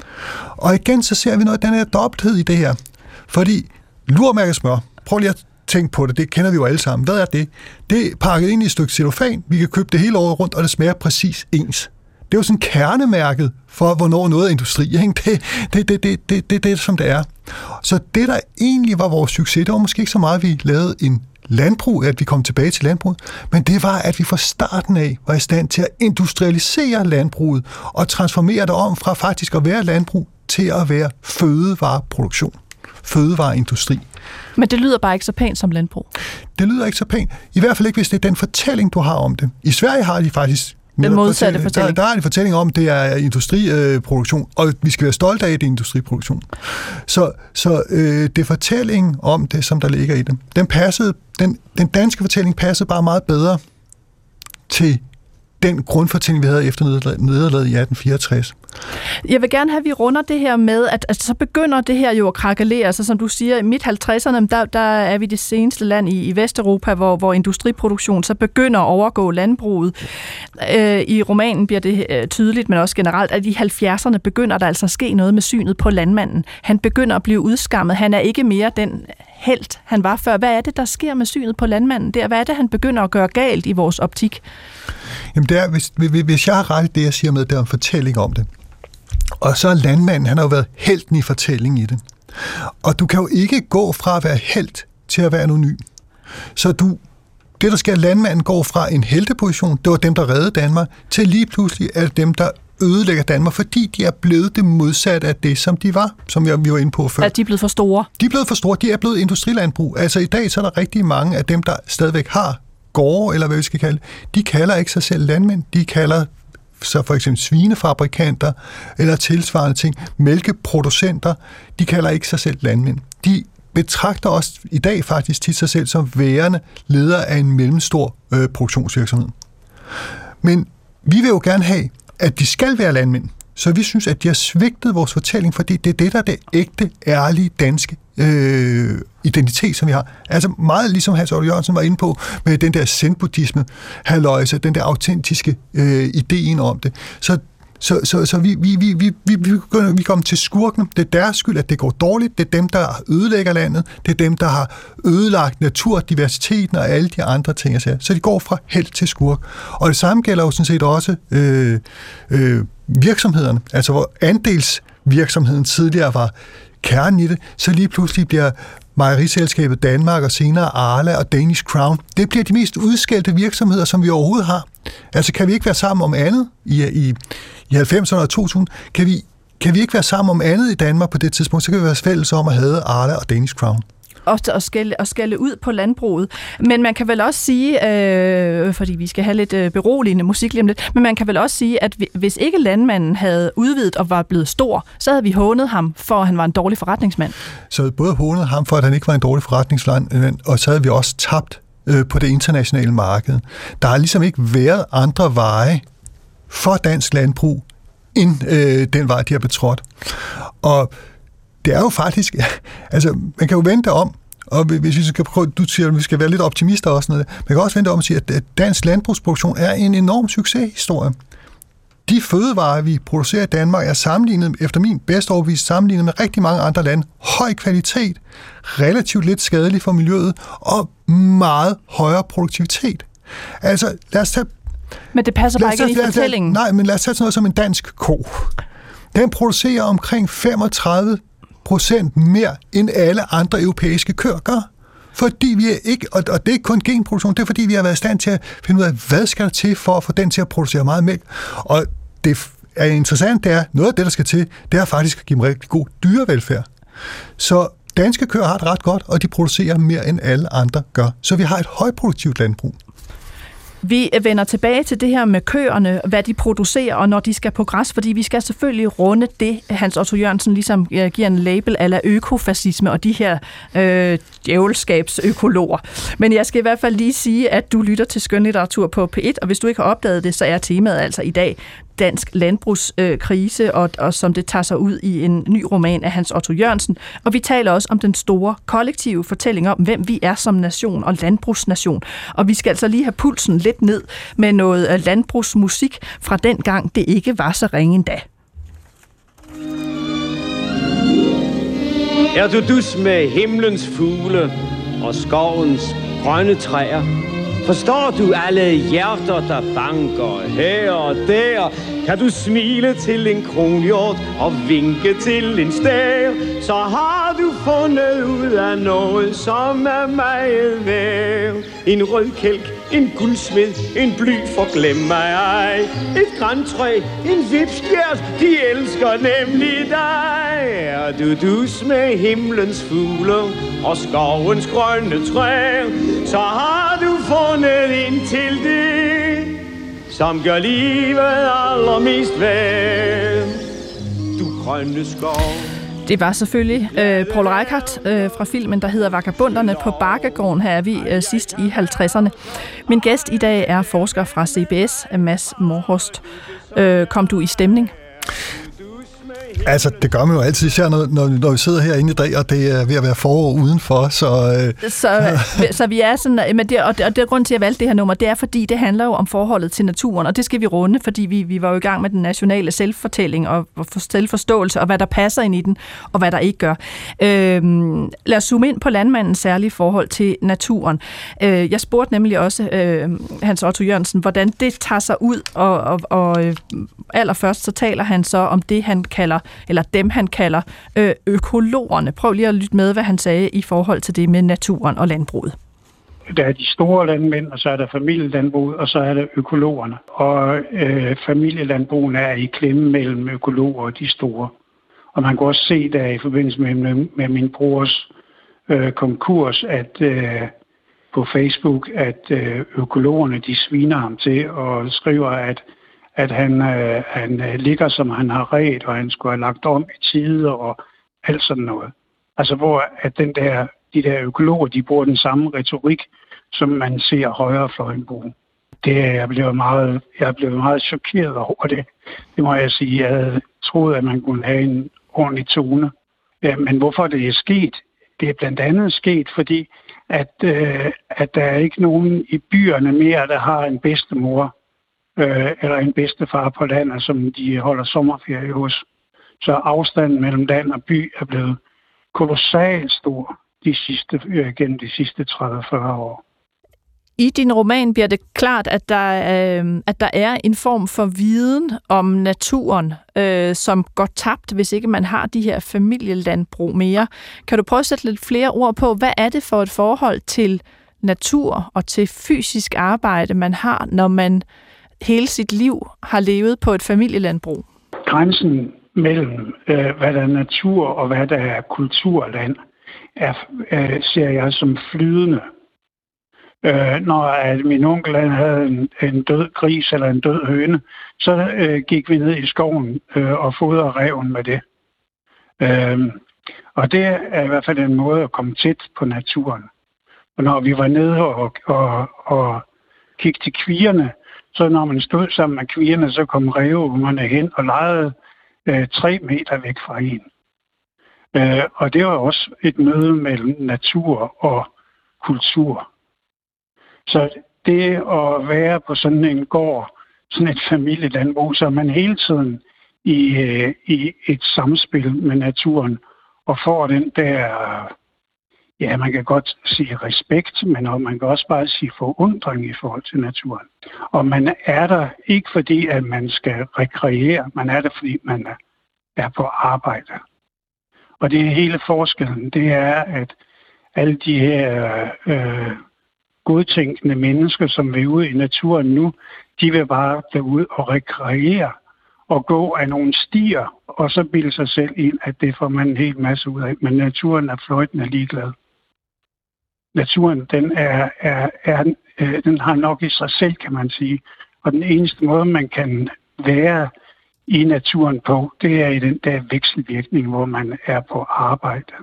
Og igen, så ser vi noget af den her dobbelthed i det her. Fordi Lurmærket Smør, prøv lige at tænk på det, det kender vi jo alle sammen. Hvad er det? Det er pakket ind i et stykke cellofan, vi kan købe det hele året rundt, og det smager præcis ens. Det er jo sådan kernemærket for, hvornår noget er industri. Ikke? Det er det, det, det, det, det, det, som det er. Så det, der egentlig var vores succes, det var måske ikke så meget, at vi lavede en landbrug, at vi kom tilbage til landbruget, men det var, at vi fra starten af var i stand til at industrialisere landbruget og transformere det om fra faktisk at være landbrug til at være fødevareproduktion, fødevareindustri. Men det lyder bare ikke så pænt som landbrug. Det lyder ikke så pænt. I hvert fald ikke, hvis det er den fortælling, du har om det. I Sverige har de faktisk den modsatte fortælling. fortælling. Der, der er en fortælling om, det er industriproduktion, og vi skal være stolte af, det industriproduktion. Så, så øh, det er fortællingen om det, som der ligger i det. Den, passede, den, den danske fortælling passede bare meget bedre til den grundfortælling, vi havde efter nederlaget i atten fireogtres. Jeg vil gerne have, at vi runder det her med, at, at så begynder det her jo at krakelere. Altså, som du siger, i midt halvtredserne, der, der er vi det seneste land i, i Vesteuropa, hvor, hvor industriproduktion så begynder at overgå landbruget. Øh, I romanen bliver det øh, tydeligt, men også generelt, at i halvfjerdserne begynder der altså at ske noget med synet på landmanden. Han begynder at blive udskammet. Han er ikke mere den helt, han var før. Hvad er det, der sker med synet på landmanden der? Hvad er det, han begynder at gøre galt i vores optik? Jamen, det er, hvis, hvis jeg har ret i det, jeg siger med, det er en fortælling om det. Og så er landmanden, han har jo været helten i fortællingen i det. Og du kan jo ikke gå fra at være helt til at være anonym. Så du, det, der sker, landmanden går fra en helteposition, det var dem, der reddede Danmark, til lige pludselig er det dem, der ødelægger Danmark, fordi de er blevet det modsatte af det, som de var, som vi var inde på før. At de er blevet for store? De er blevet for store. De er blevet industrilandbrug. Altså i dag, så er der rigtig mange af dem, der stadigvæk har gårde, eller hvad vi skal kalde det, de kalder ikke sig selv landmænd, de kalder så for eksempel svinefabrikanter, eller tilsvarende ting, mælkeproducenter, de kalder ikke sig selv landmænd. De betragter også i dag faktisk tit sig selv som værende leder af en mellemstor øh, produktionsvirksomhed. Men vi vil jo gerne have, at de skal være landmænd, så vi synes, at de har svigtet vores fortælling, fordi det er det, der er det ægte, ærlige, danske øh, identitet, som vi har. Altså meget ligesom Hans Otto Jørgensen var inde på, med den der zen-buddhisme, halløjse, den der autentiske øh, ideen om det. Så, så, så, så vi, vi, vi, vi, vi, vi, vi kommer til skurken. Det er deres skyld, at det går dårligt. Det er dem, der ødelægger landet. Det er dem, der har ødelagt naturdiversiteten og alle de andre ting. Så de går fra helt til skurk. Og det samme gælder jo sådan set også øh, øh, virksomhederne. Altså hvor andelsvirksomheden tidligere var kernen i det, så lige pludselig bliver Mejeriselskabet Danmark og senere Arla og Danish Crown. Det bliver de mest udskældte virksomheder, som vi overhovedet har. Altså kan vi ikke være sammen om andet i, i, i halvfemserne og to tusind? Kan vi, kan vi ikke være sammen om andet i Danmark på det tidspunkt? Så kan vi være fælles om at have Arla og Danish Crown. Og, og, skælde, og skælde ud på landbruget. Men man kan vel også sige, øh, fordi vi skal have lidt øh, beroligende musik lige om lidt, men man kan vel også sige, at hvis ikke landmanden havde udvidet og var blevet stor, så havde vi hånet ham for, at han var en dårlig forretningsmand. Så både hånet ham for, at han ikke var en dårlig forretningsmand, og så havde vi også tabt øh, på det internationale marked. Der har ligesom ikke været andre veje for dansk landbrug, end øh, den vej, de har betrådt. Og det er jo faktisk, altså man kan jo vente om, og hvis vi skal prøve, du siger, at vi skal være lidt optimister og sådan noget, man kan også vente om at sige, at dansk landbrugsproduktion er en enorm succeshistorie. de fødevarer, vi producerer i Danmark, er sammenlignet, efter min bedste overbevisning, sammenlignet med rigtig mange andre lande. Høj kvalitet, relativt lidt skadelig for miljøet, og meget højere produktivitet. Altså, lad os tage... Men det passer bare ikke ind i fortællingen. Nej, men lad os tage sådan noget som en dansk ko. Den producerer omkring femogtredive procent mere, end alle andre europæiske køer gør. Fordi vi er ikke, og det er ikke kun genproduktion, det er fordi, vi har været i stand til at finde ud af, hvad skal der til for at få den til at producere meget mælk. Og det er interessant, det er, noget af det, der skal til, det er faktisk at give dem rigtig god dyrevelfærd. Så danske køer har det ret godt, og de producerer mere, end alle andre gør. Så vi har et højproduktivt landbrug. Vi vender tilbage til det her med køerne, hvad de producerer, og når de skal på græs, fordi vi skal selvfølgelig runde det, Hans Otto Jørgensen ligesom giver en label a la økofascisme og de her øh, djævelskabsøkologer. Men jeg skal i hvert fald lige sige, at du lytter til skønlitteratur på P et, og hvis du ikke har opdaget det, så er temaet altså i dag dansk landbrugskrise, øh, og, og som det tager sig ud i en ny roman af Hans Otto Jørgensen. Og vi taler også om den store kollektive fortælling om, hvem vi er som nation og landbrugsnation. Og vi skal altså lige have pulsen lidt ned med noget landbrugsmusik fra den gang, det ikke var så ringe endda. Er du dus med himlens fugle og skovens grønne træer? Forstår du alle hjerter, der banker her og der? Kan du smile til en kronhjort og vinke til en stær? Så har du fundet ud af noget, som er meget værd. En rød kælk, en guldsmed, en bly for glem mig ej. Et grantræ, en vipskjert, de elsker nemlig dig. Er du dus med himlens fugle og skovens grønne træer, så har du fundet ind til det, som gør livet allermest værd. Du grønne skov. Det var selvfølgelig øh, Poul Reichhardt øh, fra filmen, der hedder Vagabunderne på Bakkegården. Her er vi øh, sidst i halvtredserne. Min gæst i dag er forsker fra C B S, Mads Morhorst. Øh, kom du i stemning? Altså, det gør man jo altid, især når, når, når vi sidder herinde i dag, og det er ved at være forår udenfor, så... Øh. Så, så vi er sådan... Men det, og, det, og det er grund til, at jeg valgte det her nummer, det er, fordi det handler jo om forholdet til naturen, og det skal vi runde, fordi vi, vi var jo i gang med den nationale selvfortælling og selvforståelse, og hvad der passer ind i den, og hvad der ikke gør. Øh, lad os zoome ind på landmandens særlige forhold til naturen. Øh, jeg spurgte nemlig også øh, Hans Otto Jørgensen, hvordan det tager sig ud, og, og, og øh, allerførst så taler han så om det, han kalder eller dem, han kalder øh, økologerne. Prøv lige at lytte med, hvad han sagde i forhold til det med naturen og landbruget. Der er de store landmænd, og så er der familielandbruget, og så er der økologerne. Og øh, familielandbrugene er i klemme mellem økologer og de store. Og man kan også se der i forbindelse med, med, med min brors øh, konkurs, at øh, på Facebook, at øh, økologerne de sviner ham til og skriver, at at han, øh, han øh, ligger, som han har ret, og han skulle have lagt om i tide og alt sådan noget. Altså hvor at den der, de der økologer, de bruger den samme retorik, som man ser højrefløjen bruge. Det er jeg blevet meget, jeg er blevet meget chokeret over det. Det må jeg sige. Jeg havde troet, at man kunne have en ordentlig tone. Ja, men hvorfor det er sket? Det er blandt andet sket, fordi at, øh, at der er ikke nogen i byerne mere, der har en bedstemor, Øh, eller en bedstefar på landet, som de holder sommerferie hos. Så afstanden mellem land og by er blevet kolossalt stor de sidste, øh, gennem de sidste tredive til fyrre år. I din roman bliver det klart, at der, øh, at der er en form for viden om naturen, øh, som går tabt, hvis ikke man har de her familielandbrug mere. Kan du prøve at sætte lidt flere ord på, hvad er det for et forhold til natur og til fysisk arbejde, man har, når man hele sit liv har levet på et familielandbrug? Grænsen mellem, øh, hvad der er natur og hvad der er kulturland, er, øh, ser jeg som flydende. Øh, når at min onkel havde en, en død gris eller en død høne, så øh, gik vi ned i skoven øh, og fodrede ræven med det. Øh, og det er i hvert fald en måde at komme tæt på naturen. Og når vi var nede og, og, og kiggede til kvierne, så når man stod sammen med kvierne, så kom ræveungerne hen og legede øh, tre meter væk fra en. Øh, og det var også et møde mellem natur og kultur. Så det at være på sådan en gård, sådan et familielandbrug, så man hele tiden i, øh, i et samspil med naturen, og får den der, ja, man kan godt sige respekt, men man kan også bare sige forundring i forhold til naturen. Og man er der ikke fordi, at man skal rekreere, man er der fordi, man er på arbejde. Og det er hele forskellen, det er, at alle de her øh, godtænkende mennesker, som vil ud i naturen nu, de vil bare derud og rekreere og gå af nogle stier, og så bilde sig selv ind, at det får man en hel masse ud af. Men naturen er fløjtende ligeglad. Naturen, den, er, er, er, øh, den har nok i sig selv, kan man sige. Og den eneste måde, man kan være i naturen på, det er i den der vekselvirkning, hvor man er på arbejde.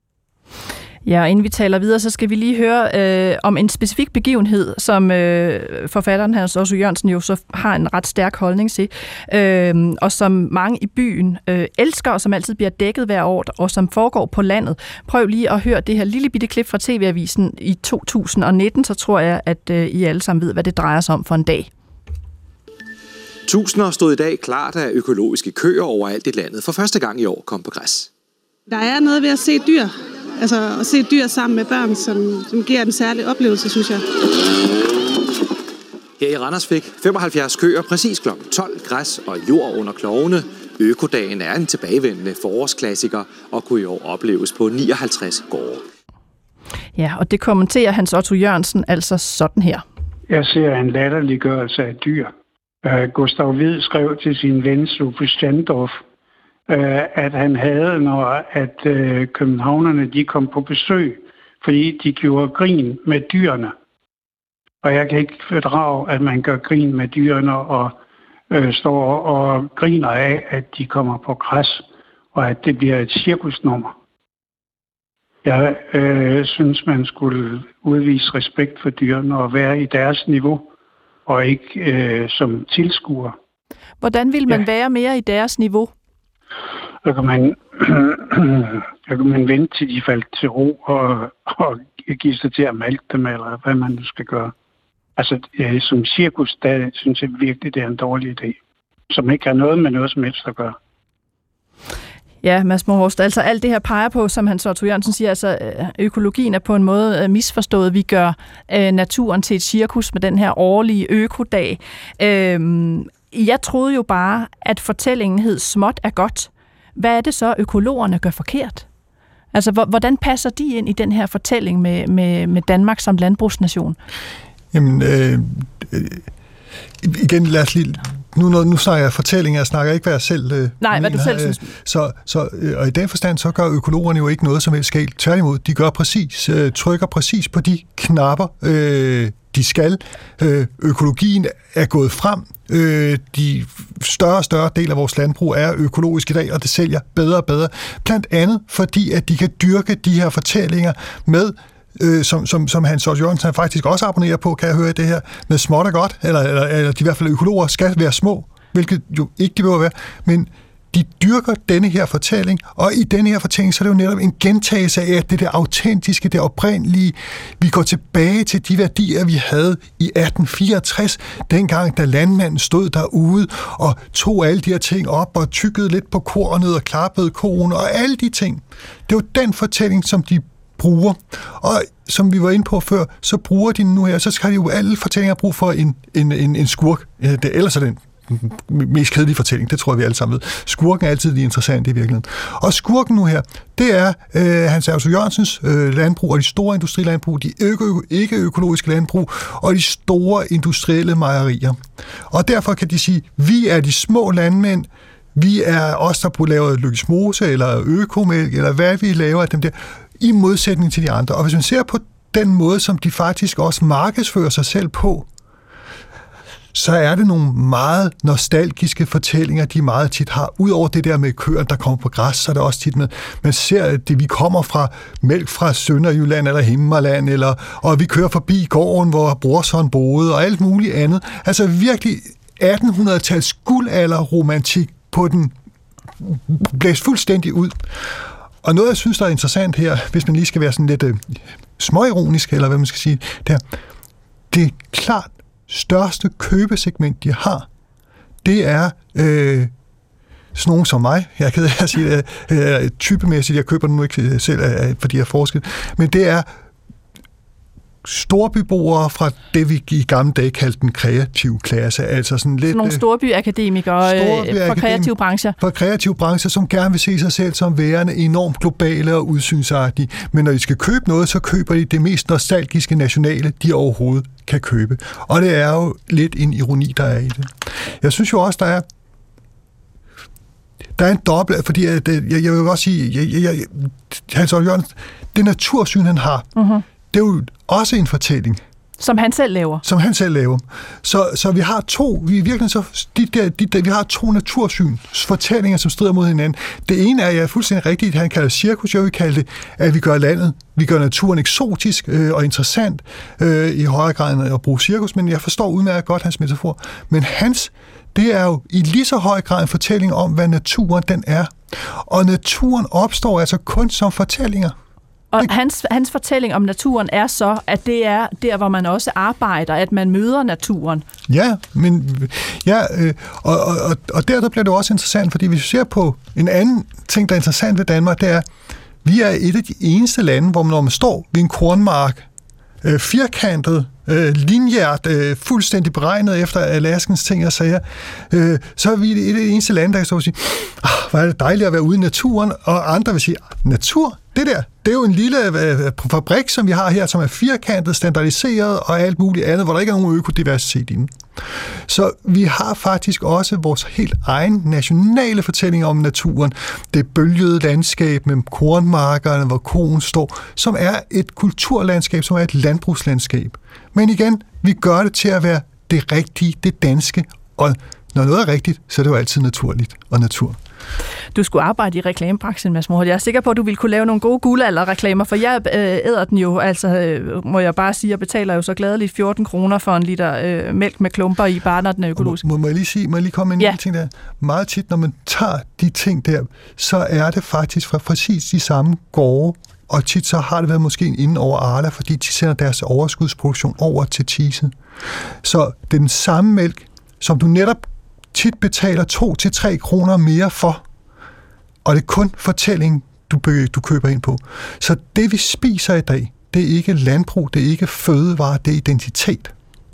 Ja, og inden vi taler videre, så skal vi lige høre øh, om en specifik begivenhed, som øh, forfatteren Hans Otto Jørgensen jo så har en ret stærk holdning til, øh, og som mange i byen øh, elsker, og som altid bliver dækket hver år, og som foregår på landet. Prøv lige at høre det her lille bitte klip fra T V-avisen i to tusind nitten, så tror jeg, at øh, I alle sammen ved, hvad det drejer sig om for en dag. Tusinder stod i dag klart af økologiske køer overalt i landet. For første gang i år kom på græs. Der er noget ved at se dyr. Altså at se dyr sammen med børn, som, som giver en særlig oplevelse, synes jeg. Her i Randers fik femoghalvfjerds køer præcis klokken tolv græs og jord under klovene. Økodagen er en tilbagevendende forårsklassiker og kunne i år opleves på nioghalvtreds gårde. Ja, og det kommenterer Hans Otto Jørgensen altså sådan her. Jeg ser en latterliggørelse af dyr. Uh, Gustav Wied skrev til sin ven Sophus Standorf, uh, at han havde, når at uh, københavnerne de kom på besøg, fordi de gjorde grin med dyrene. Og jeg kan ikke fordrage, at man gør grin med dyrene og uh, står og griner af, at de kommer på græs, og at det bliver et cirkusnummer. Jeg uh, synes, man skulle udvise respekt for dyrene og være i deres niveau, og ikke øh, som tilskuer. Hvordan vil man ja. være mere i deres niveau? Så kan man, så kan man vente til de faldt til ro og, og give sig til at malke dem, eller hvad man nu skal gøre. Altså øh, som cirkus, der synes jeg virkelig, det er en dårlig idé, som ikke har noget med noget som helst at gøre. Ja, Mads Mohorst, altså alt det her peger på, som Hans Otto Jørgensen siger, altså økologien er på en måde misforstået. Vi gør øh, naturen til et cirkus med den her årlige økodag. Øh, jeg troede jo bare, at fortællingen hed småt er godt. Hvad er det så, økologerne gør forkert? Altså, hvordan passer de ind i den her fortælling med, med, med Danmark som landbrugsnation? Jamen, øh, øh, igen, lad os lige... Nu, nu snakker jeg fortælling, jeg snakker ikke, hvad jeg selv øh, Nej, hvad du selv synes. Så, så, øh, og i den forstand, så gør økologerne jo ikke noget som helst galt. Tværtimod, de gør præcis, øh, trykker præcis på de knapper, øh, de skal. Øh, økologien er gået frem. Øh, de større og større del af vores landbrug er økologisk i dag, og det sælger bedre og bedre. Blandt andet, fordi at de kan dyrke de her fortællinger med Øh, som, som, som Hans Otto Jørgensen faktisk også abonnerer på, kan jeg høre det her, med småt er godt, eller, eller, eller de i hvert fald økologer skal være små, hvilket jo ikke de behøver være, men de dyrker denne her fortælling, og i denne her fortælling, så er det jo netop en gentagelse af, at det der autentiske, det oprindelige, vi går tilbage til de værdier, vi havde i atten fireogtres, dengang, da landmanden stod derude og tog alle de her ting op og tykkede lidt på kornet og klappede koen og alle de ting. Det er jo den fortælling, som de bruger. Og som vi var inde på før, så bruger de nu her, så skal de jo alle fortællinger bruge for en, en, en, en skurk. Det, ellers er det den mest kedelige fortælling, det tror jeg, vi alle sammen ved. Skurken er altid lige interessant i virkeligheden. Og skurken nu her, det er øh, Hans Otto Jørgensens øh, landbrug, og de store industrilandbrug, de ikke-økologiske landbrug, og de store industrielle mejerier. Og derfor kan de sige, vi er de små landmænd, vi er os, der laver Lykkes Mose, eller økomælk, eller hvad vi laver af dem der, i modsætning til de andre. Og hvis man ser på den måde, som de faktisk også markedsfører sig selv på, så er det nogle meget nostalgiske fortællinger, de meget tit har. Udover det der med køer, der kommer på græs, så er det også tit med, man ser, at det, vi kommer fra mælk fra Sønderjylland eller Himmerland, eller, og vi kører forbi gården, hvor Brorson boede, og alt muligt andet. Altså virkelig attenhundredetals guldalder-romantik på den blæst fuldstændig ud. Og noget, jeg synes, der er interessant her, hvis man lige skal være sådan lidt øh, småironisk, eller hvad man skal sige, det er, det klart største købesegment, de har, det er øh, sådan nogen som mig. Jeg er ked af at sige det, øh, typemæssigt, jeg køber den nu ikke selv, øh, fordi jeg er forsket, men det er storbyboere fra det, vi i gamle dage kaldte den kreative klasse. Altså sådan lidt... Sådan nogle storbyakademikere storby fra kreative brancher. Fra kreative brancher, som gerne vil se sig selv som værende enormt globale og udsynsagtige. Men når de skal købe noget, så køber de det mest nostalgiske nationale, de overhovedet kan købe. Og det er jo lidt en ironi, der er i det. Jeg synes jo også, der er der er en dobbelt, fordi jeg, jeg, jeg vil også sige, jeg, jeg, Hans Otto Jørgensen, det natursyn, han har, uh-huh. det er jo også en fortælling. Som han selv laver. Som han selv laver. Så, så vi har to, vi virkelig så, de der, de der, vi har to natursyns fortællinger, som strider mod hinanden. Det ene er, jeg er fuldstændig rigtigt, han kalder cirkus, jeg vil kalde det, at vi gør landet, vi gør naturen eksotisk øh, og interessant, øh, i højere grad end at bruge cirkus, men jeg forstår udmærket godt hans metafor. Men hans, det er jo i lige så høj grad en fortælling om, hvad naturen den er. Og naturen opstår altså kun som fortællinger. Og hans, hans fortælling om naturen er så, at det er der, hvor man også arbejder, at man møder naturen. Ja, men ja, øh, og, og, og der, der bliver det også interessant, fordi hvis vi ser på en anden ting, der er interessant ved Danmark, det er, vi er et af de eneste lande, hvor man, når man står ved en kornmark, øh, firkantet, øh, linjært, øh, fuldstændig beregnet efter Alaskens ting og sager, øh, så er vi et af de eneste lande, der kan stå og sige, ah, hvor er det dejligt at være ude i naturen, og andre vil sige, natur, det der, det er jo en lille øh, fabrik, som vi har her, som er firkantet, standardiseret og alt muligt andet, hvor der ikke er nogen økodiversitet i den. Så vi har faktisk også vores helt egen nationale fortælling om naturen. Det bølgede landskab med kornmarkerne, hvor koen står, som er et kulturlandskab, som er et landbrugslandskab. Men igen, vi gør det til at være det rigtige, det danske, og når noget er rigtigt, så er det jo altid naturligt og natur. Du skulle arbejde i reklamebranchen, Mads Moholt. Jeg er sikker på, at du ville kunne lave nogle gode guldalderreklamer, for jeg øh, æder den jo, altså øh, må jeg bare sige, jeg betaler jo så gladeligt fjorten kroner for en liter øh, mælk med klumper i, bare når den er økologisk. Må, må jeg lige sige, må jeg lige komme med en ja. lille ting der? Meget tit, når man tager de ting der, så er det faktisk fra præcis de samme gårde, og tit så har det været måske inden over Arla, fordi de sender deres overskudsproduktion over til Thise. Så det er den samme mælk, som du netop tit betaler to til tre kroner mere for, og det er kun fortælling, du, du køber ind på. Så det, vi spiser i dag, det er ikke landbrug, det er ikke fødevare, det er identitet.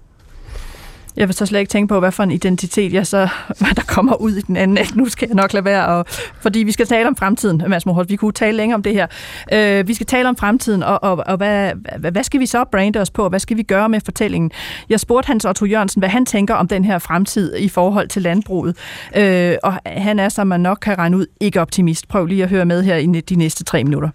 Jeg vil så slet ikke tænke på, hvad for en identitet jeg så, hvad der kommer ud i den anden. Nu skal jeg nok lade være, og, fordi vi skal tale om fremtiden, Mads Moholt. Vi kunne tale længe om det her. Øh, vi skal tale om fremtiden, og, og, og hvad, hvad, hvad skal vi så brande os på, og hvad skal vi gøre med fortællingen? Jeg spurgte Hans Otto Jørgensen, hvad han tænker om den her fremtid i forhold til landbruget. Øh, og han er, som man nok kan regne ud, ikke optimist. Prøv lige at høre med her i de næste tre minutter.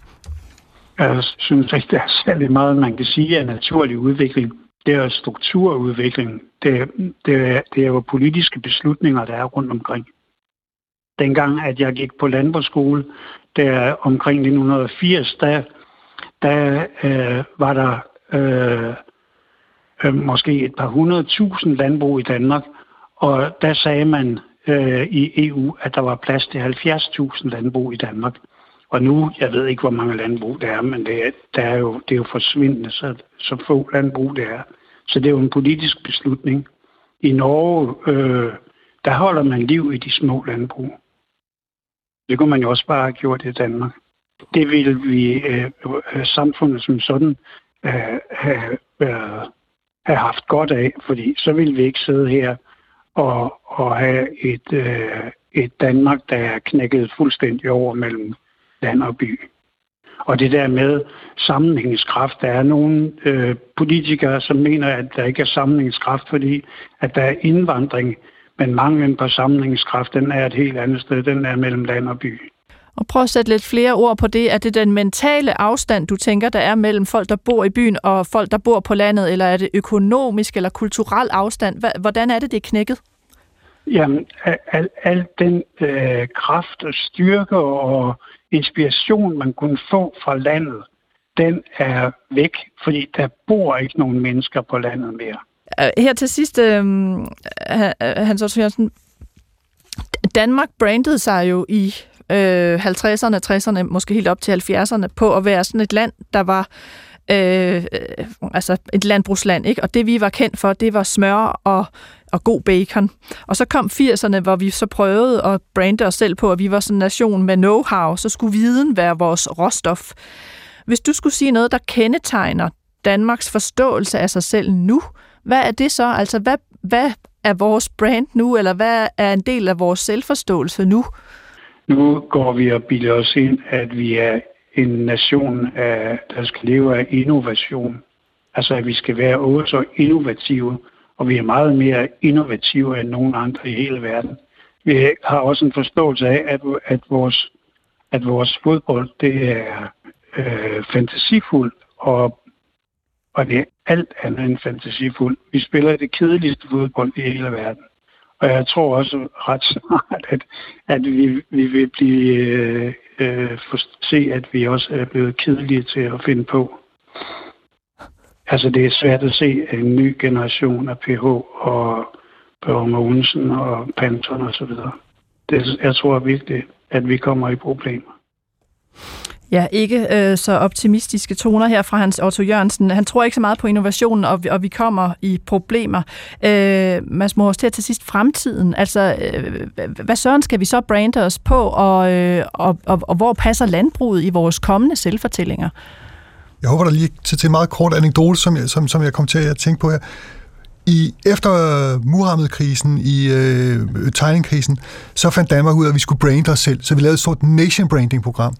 Jeg synes ikke, der er særlig meget, man kan sige af naturlig udvikling. Det er strukturudvikling. Det, det, det er jo politiske beslutninger, der er rundt omkring. Dengang, at jeg gik på landbrugsskole, der omkring nitten firs, der, der øh, var der øh, øh, måske et par hundrede tusind landbrug i Danmark, og der sagde man øh, i E U, at der var plads til halvfjerds tusind landbrug i Danmark. Og nu, jeg ved ikke, hvor mange landbrug der er, men det er, der er jo, det er jo forsvindende, så, så få landbrug det er. Så det er jo en politisk beslutning. I Norge, øh, der holder man liv i de små landbrug. Det kunne man jo også bare have gjort i Danmark. Det ville vi, øh, samfundet som sådan, øh, have, øh, have haft godt af, fordi så ville vi ikke sidde her og, og have et, øh, et Danmark, der er knækket fuldstændig over mellem land og by. Og det der med sammenhængskraft, der er nogle øh, politikere, som mener, at der ikke er sammenhængskraft, fordi at der er indvandring, men manglen på sammenhængskraft, den er et helt andet sted, den er mellem land og by. Og prøv at sætte lidt flere ord på det. Er det den mentale afstand, du tænker, der er mellem folk, der bor i byen, og folk, der bor på landet, eller er det økonomisk eller kulturel afstand? Hvordan er det, det er knækket? Jamen, al, al den øh, kraft og styrke og inspiration, man kunne få fra landet, den er væk, fordi der bor ikke nogen mennesker på landet mere. Her til sidst, øh, Hans Otto Jørgensen, Danmark brandede sig jo i øh, halvtredserne, tresserne, måske helt op til halvfjerdserne, på at være sådan et land, der var øh, altså et landbrugsland, ikke? Og det vi var kendt for, det var smør og, og god bacon. Og så kom firserne, hvor vi så prøvede at brande os selv på, at vi var sådan en nation med know-how, så skulle viden være vores råstof. Hvis du skulle sige noget, der kendetegner Danmarks forståelse af sig selv nu, hvad er det så? Altså, hvad, hvad er vores brand nu, eller hvad er en del af vores selvforståelse nu? Nu går vi og bilder os ind, at vi er en nation, af, der skal leve af innovation. Altså, at vi skal være også så innovative, og vi er meget mere innovative end nogen andre i hele verden. Vi har også en forståelse af, at, at, vores, at vores fodbold, det er øh, fantasifuldt, og, og det er alt andet end fantasifuldt. Vi spiller det kedeligste fodbold i hele verden. Og jeg tror også ret snart, at, at vi, vi vil blive, øh, øh, se, at vi også er blevet kedelige til at finde på. Altså det er svært at se en ny generation af P H og Børge Mogensen og Panton og så videre. Det, jeg tror virkelig, at vi kommer i problemer. Ja, ikke øh, så optimistiske toner her fra Hans Otto Jørgensen. Han tror ikke så meget på innovationen, og vi, og vi kommer i problemer. Øh, Mads Moos, til til sidst fremtiden. Altså, øh, hvad søren skal vi så brande os på, og, øh, og, og, og hvor passer landbruget i vores kommende selvfortællinger? Jeg håber, der lige til, til en meget kort anekdote, som jeg, som, som jeg kom til at tænke på her. I, efter Muhammed-krisen, i øh, tegningkrisen, så fandt Danmark ud af, at vi skulle brande os selv. Så vi lavede et stort nation branding-program.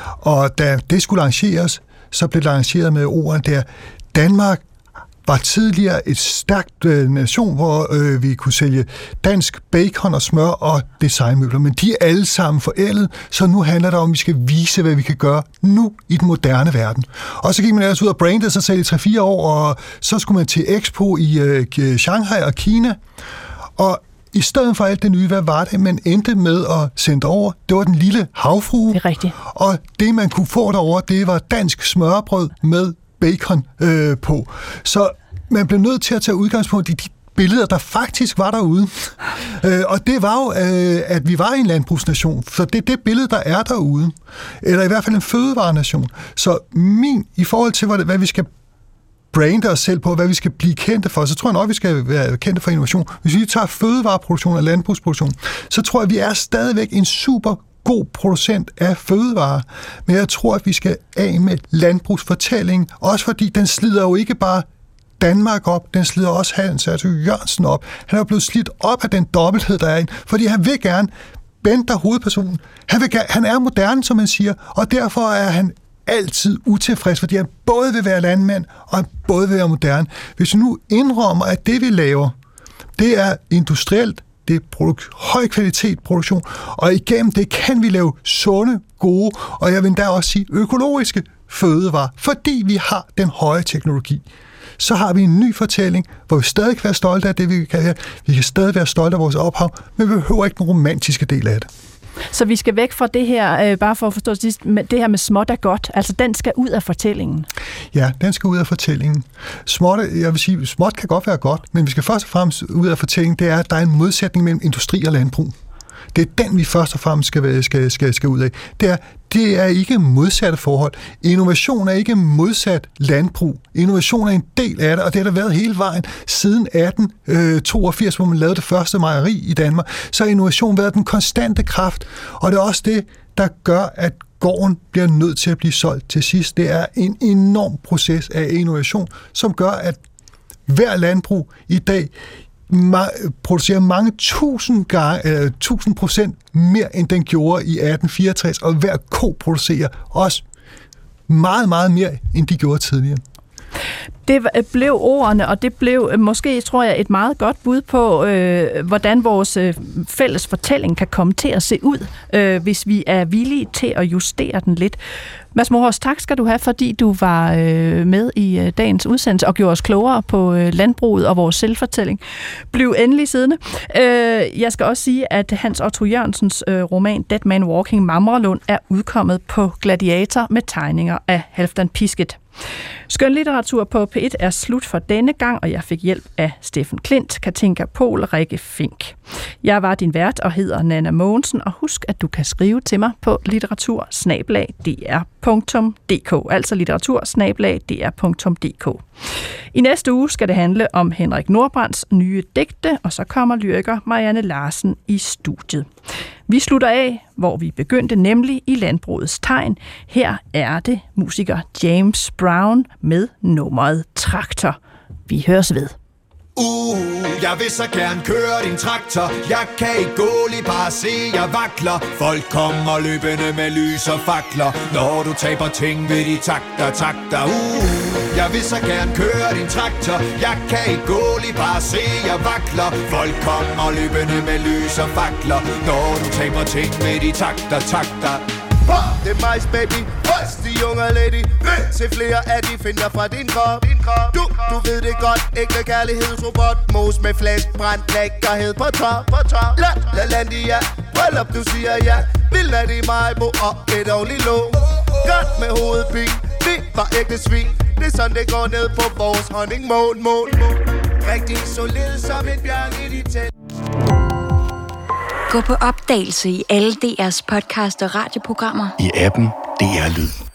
Og da det skulle arrangeres, så blev det arrangeret med ordene der, Danmark var tidligere et stærkt øh, nation, hvor øh, vi kunne sælge dansk bacon og smør og designmøbler, men de er alle sammen forældet, så nu handler det om, at vi skal vise, hvad vi kan gøre nu i den moderne verden. Og så gik man ellers ud og brandede sig selv i tre fire år, og så skulle man til Expo i øh, Shanghai og Kina, og i stedet for alt det nye, hvad var det, man endte med at sende over? Det var den lille havfrue. Det er rigtigt. Og det, man kunne få derover, det var dansk smørbrød med bacon øh, på. Så man blev nødt til at tage udgangspunkt i de billeder, der faktisk var derude. øh, og det var jo, øh, at vi var en landbrugsnation. Så det er det billede, der er derude. Eller i hvert fald en fødevarenation. Så min, i forhold til, hvad, hvad vi skal brande os selv på, hvad vi skal blive kendte for, så tror jeg nok, vi skal være kendte for innovation. Hvis vi tager fødevareproduktion og landbrugsproduktion, så tror jeg, vi er stadigvæk en super god producent af fødevarer, men jeg tror, at vi skal af med landbrugsfortællingen, også fordi den slider jo ikke bare Danmark op, den slider også Hans Otto Jørgensen op. Han er jo blevet slidt op af den dobbelthed, der er i, fordi han vil gerne, Bent der hovedpersonen, han, vil gerne, han er moderne, som man siger, og derfor er han altid utilfreds, fordi han både vil være landmand, og han både vil være moderne. Hvis vi nu indrømmer, at det vi laver, det er industrielt, det er produk- høj kvalitet produktion, og igennem det kan vi lave sunde, gode, og jeg vil endda også sige økologiske fødevarer, fordi vi har den høje teknologi. Så har vi en ny fortælling, hvor vi stadig kan være stolte af det, vi kan have. Vi kan stadig være stolte af vores ophav, men vi behøver ikke den romantiske del af det. Så vi skal væk fra det her, øh, bare for at forstå det her med småt er godt. Altså, den skal ud af fortællingen. Ja, den skal ud af fortællingen. Småt, jeg vil sige, småt kan godt være godt, men vi skal først og fremmest ud af fortællingen, det er, at der er en modsætning mellem industri og landbrug. Det er den, vi først og fremmest skal, skal, skal, skal ud af. Det er, det er ikke modsatte forhold. Innovation er ikke modsat landbrug. Innovation er en del af det, og det har der været hele vejen siden atten toogfirs, hvor man lavede det første mejeri i Danmark. Så har innovation været den konstante kraft, og det er også det, der gør, at gården bliver nødt til at blive solgt til sidst. Det er en enorm proces af innovation, som gør, at hver landbrug i dag ma- producerer mange tusind, gange, øh, tusind procent mere, end den gjorde i atten fireogtres, og hver ko producerer også meget, meget mere, end de gjorde tidligere. Det blev ordene, og det blev måske, tror jeg, et meget godt bud på, øh, hvordan vores øh, fælles fortælling kan komme til at se ud, øh, hvis vi er villige til at justere den lidt. Mads Moos, tak skal du have, fordi du var øh, med i øh, dagens udsendelse og gjorde os klogere på øh, landbruget og vores selvfortælling. Bliv endelig siddende. Øh, jeg skal også sige, at Hans Otto Jørgensens øh, roman Dead Man Walking Mamrelund er udkommet på Gladiator med tegninger af Halfdan Pisket. Skønlitteratur på P et er slut for denne gang, og jeg fik hjælp af Steffen Klint, Katinka Pohl og Rikke Fink. Jeg var din vært og hedder Nanna Mogensen, og husk, at du kan skrive til mig på litteratur snabel-a d r punktum d k, altså litteratur snabel-a d r punktum d k. I næste uge skal det handle om Henrik Nordbrands nye digte, og så kommer lyriker Marianne Larsen i studiet. Vi slutter af, hvor vi begyndte, nemlig i Landbrugets Tegn. Her er det musiker James Brown med nummeret Traktor. Vi høres ved. Uh, jeg vil så gerne køre din traktor. Jeg kan ikke gå lige bare se, jeg vakler. Folk kommer løbende med lys og fakler. Når du taber ting ved de takter, takter. Uh, jeg vil så gerne køre din traktor. Jeg kan ikke gå lige bare se, jeg vakler. Folk kommer løbende med lys og fakler. Når du taber ting med de takter, takter. Det er mig, baby, først de unge lady. Se flere af de finder fra din krop. Du, du ved det godt, ægte kærlighedsrobot. Mos med flæsk, brændt lækkerhed på top. La, la, landia, hold op, du siger ja. Vil lade de mig bo og et ordentligt låg. Godt med hovedpine, vi var ægte svin. Det er sådan, det går ned på vores honningsmål, mål. Rigtig solid som et bjørn i dit tæt. Gå på opdagelse i alle D R's podcast og radioprogrammer. I appen D R Lyd.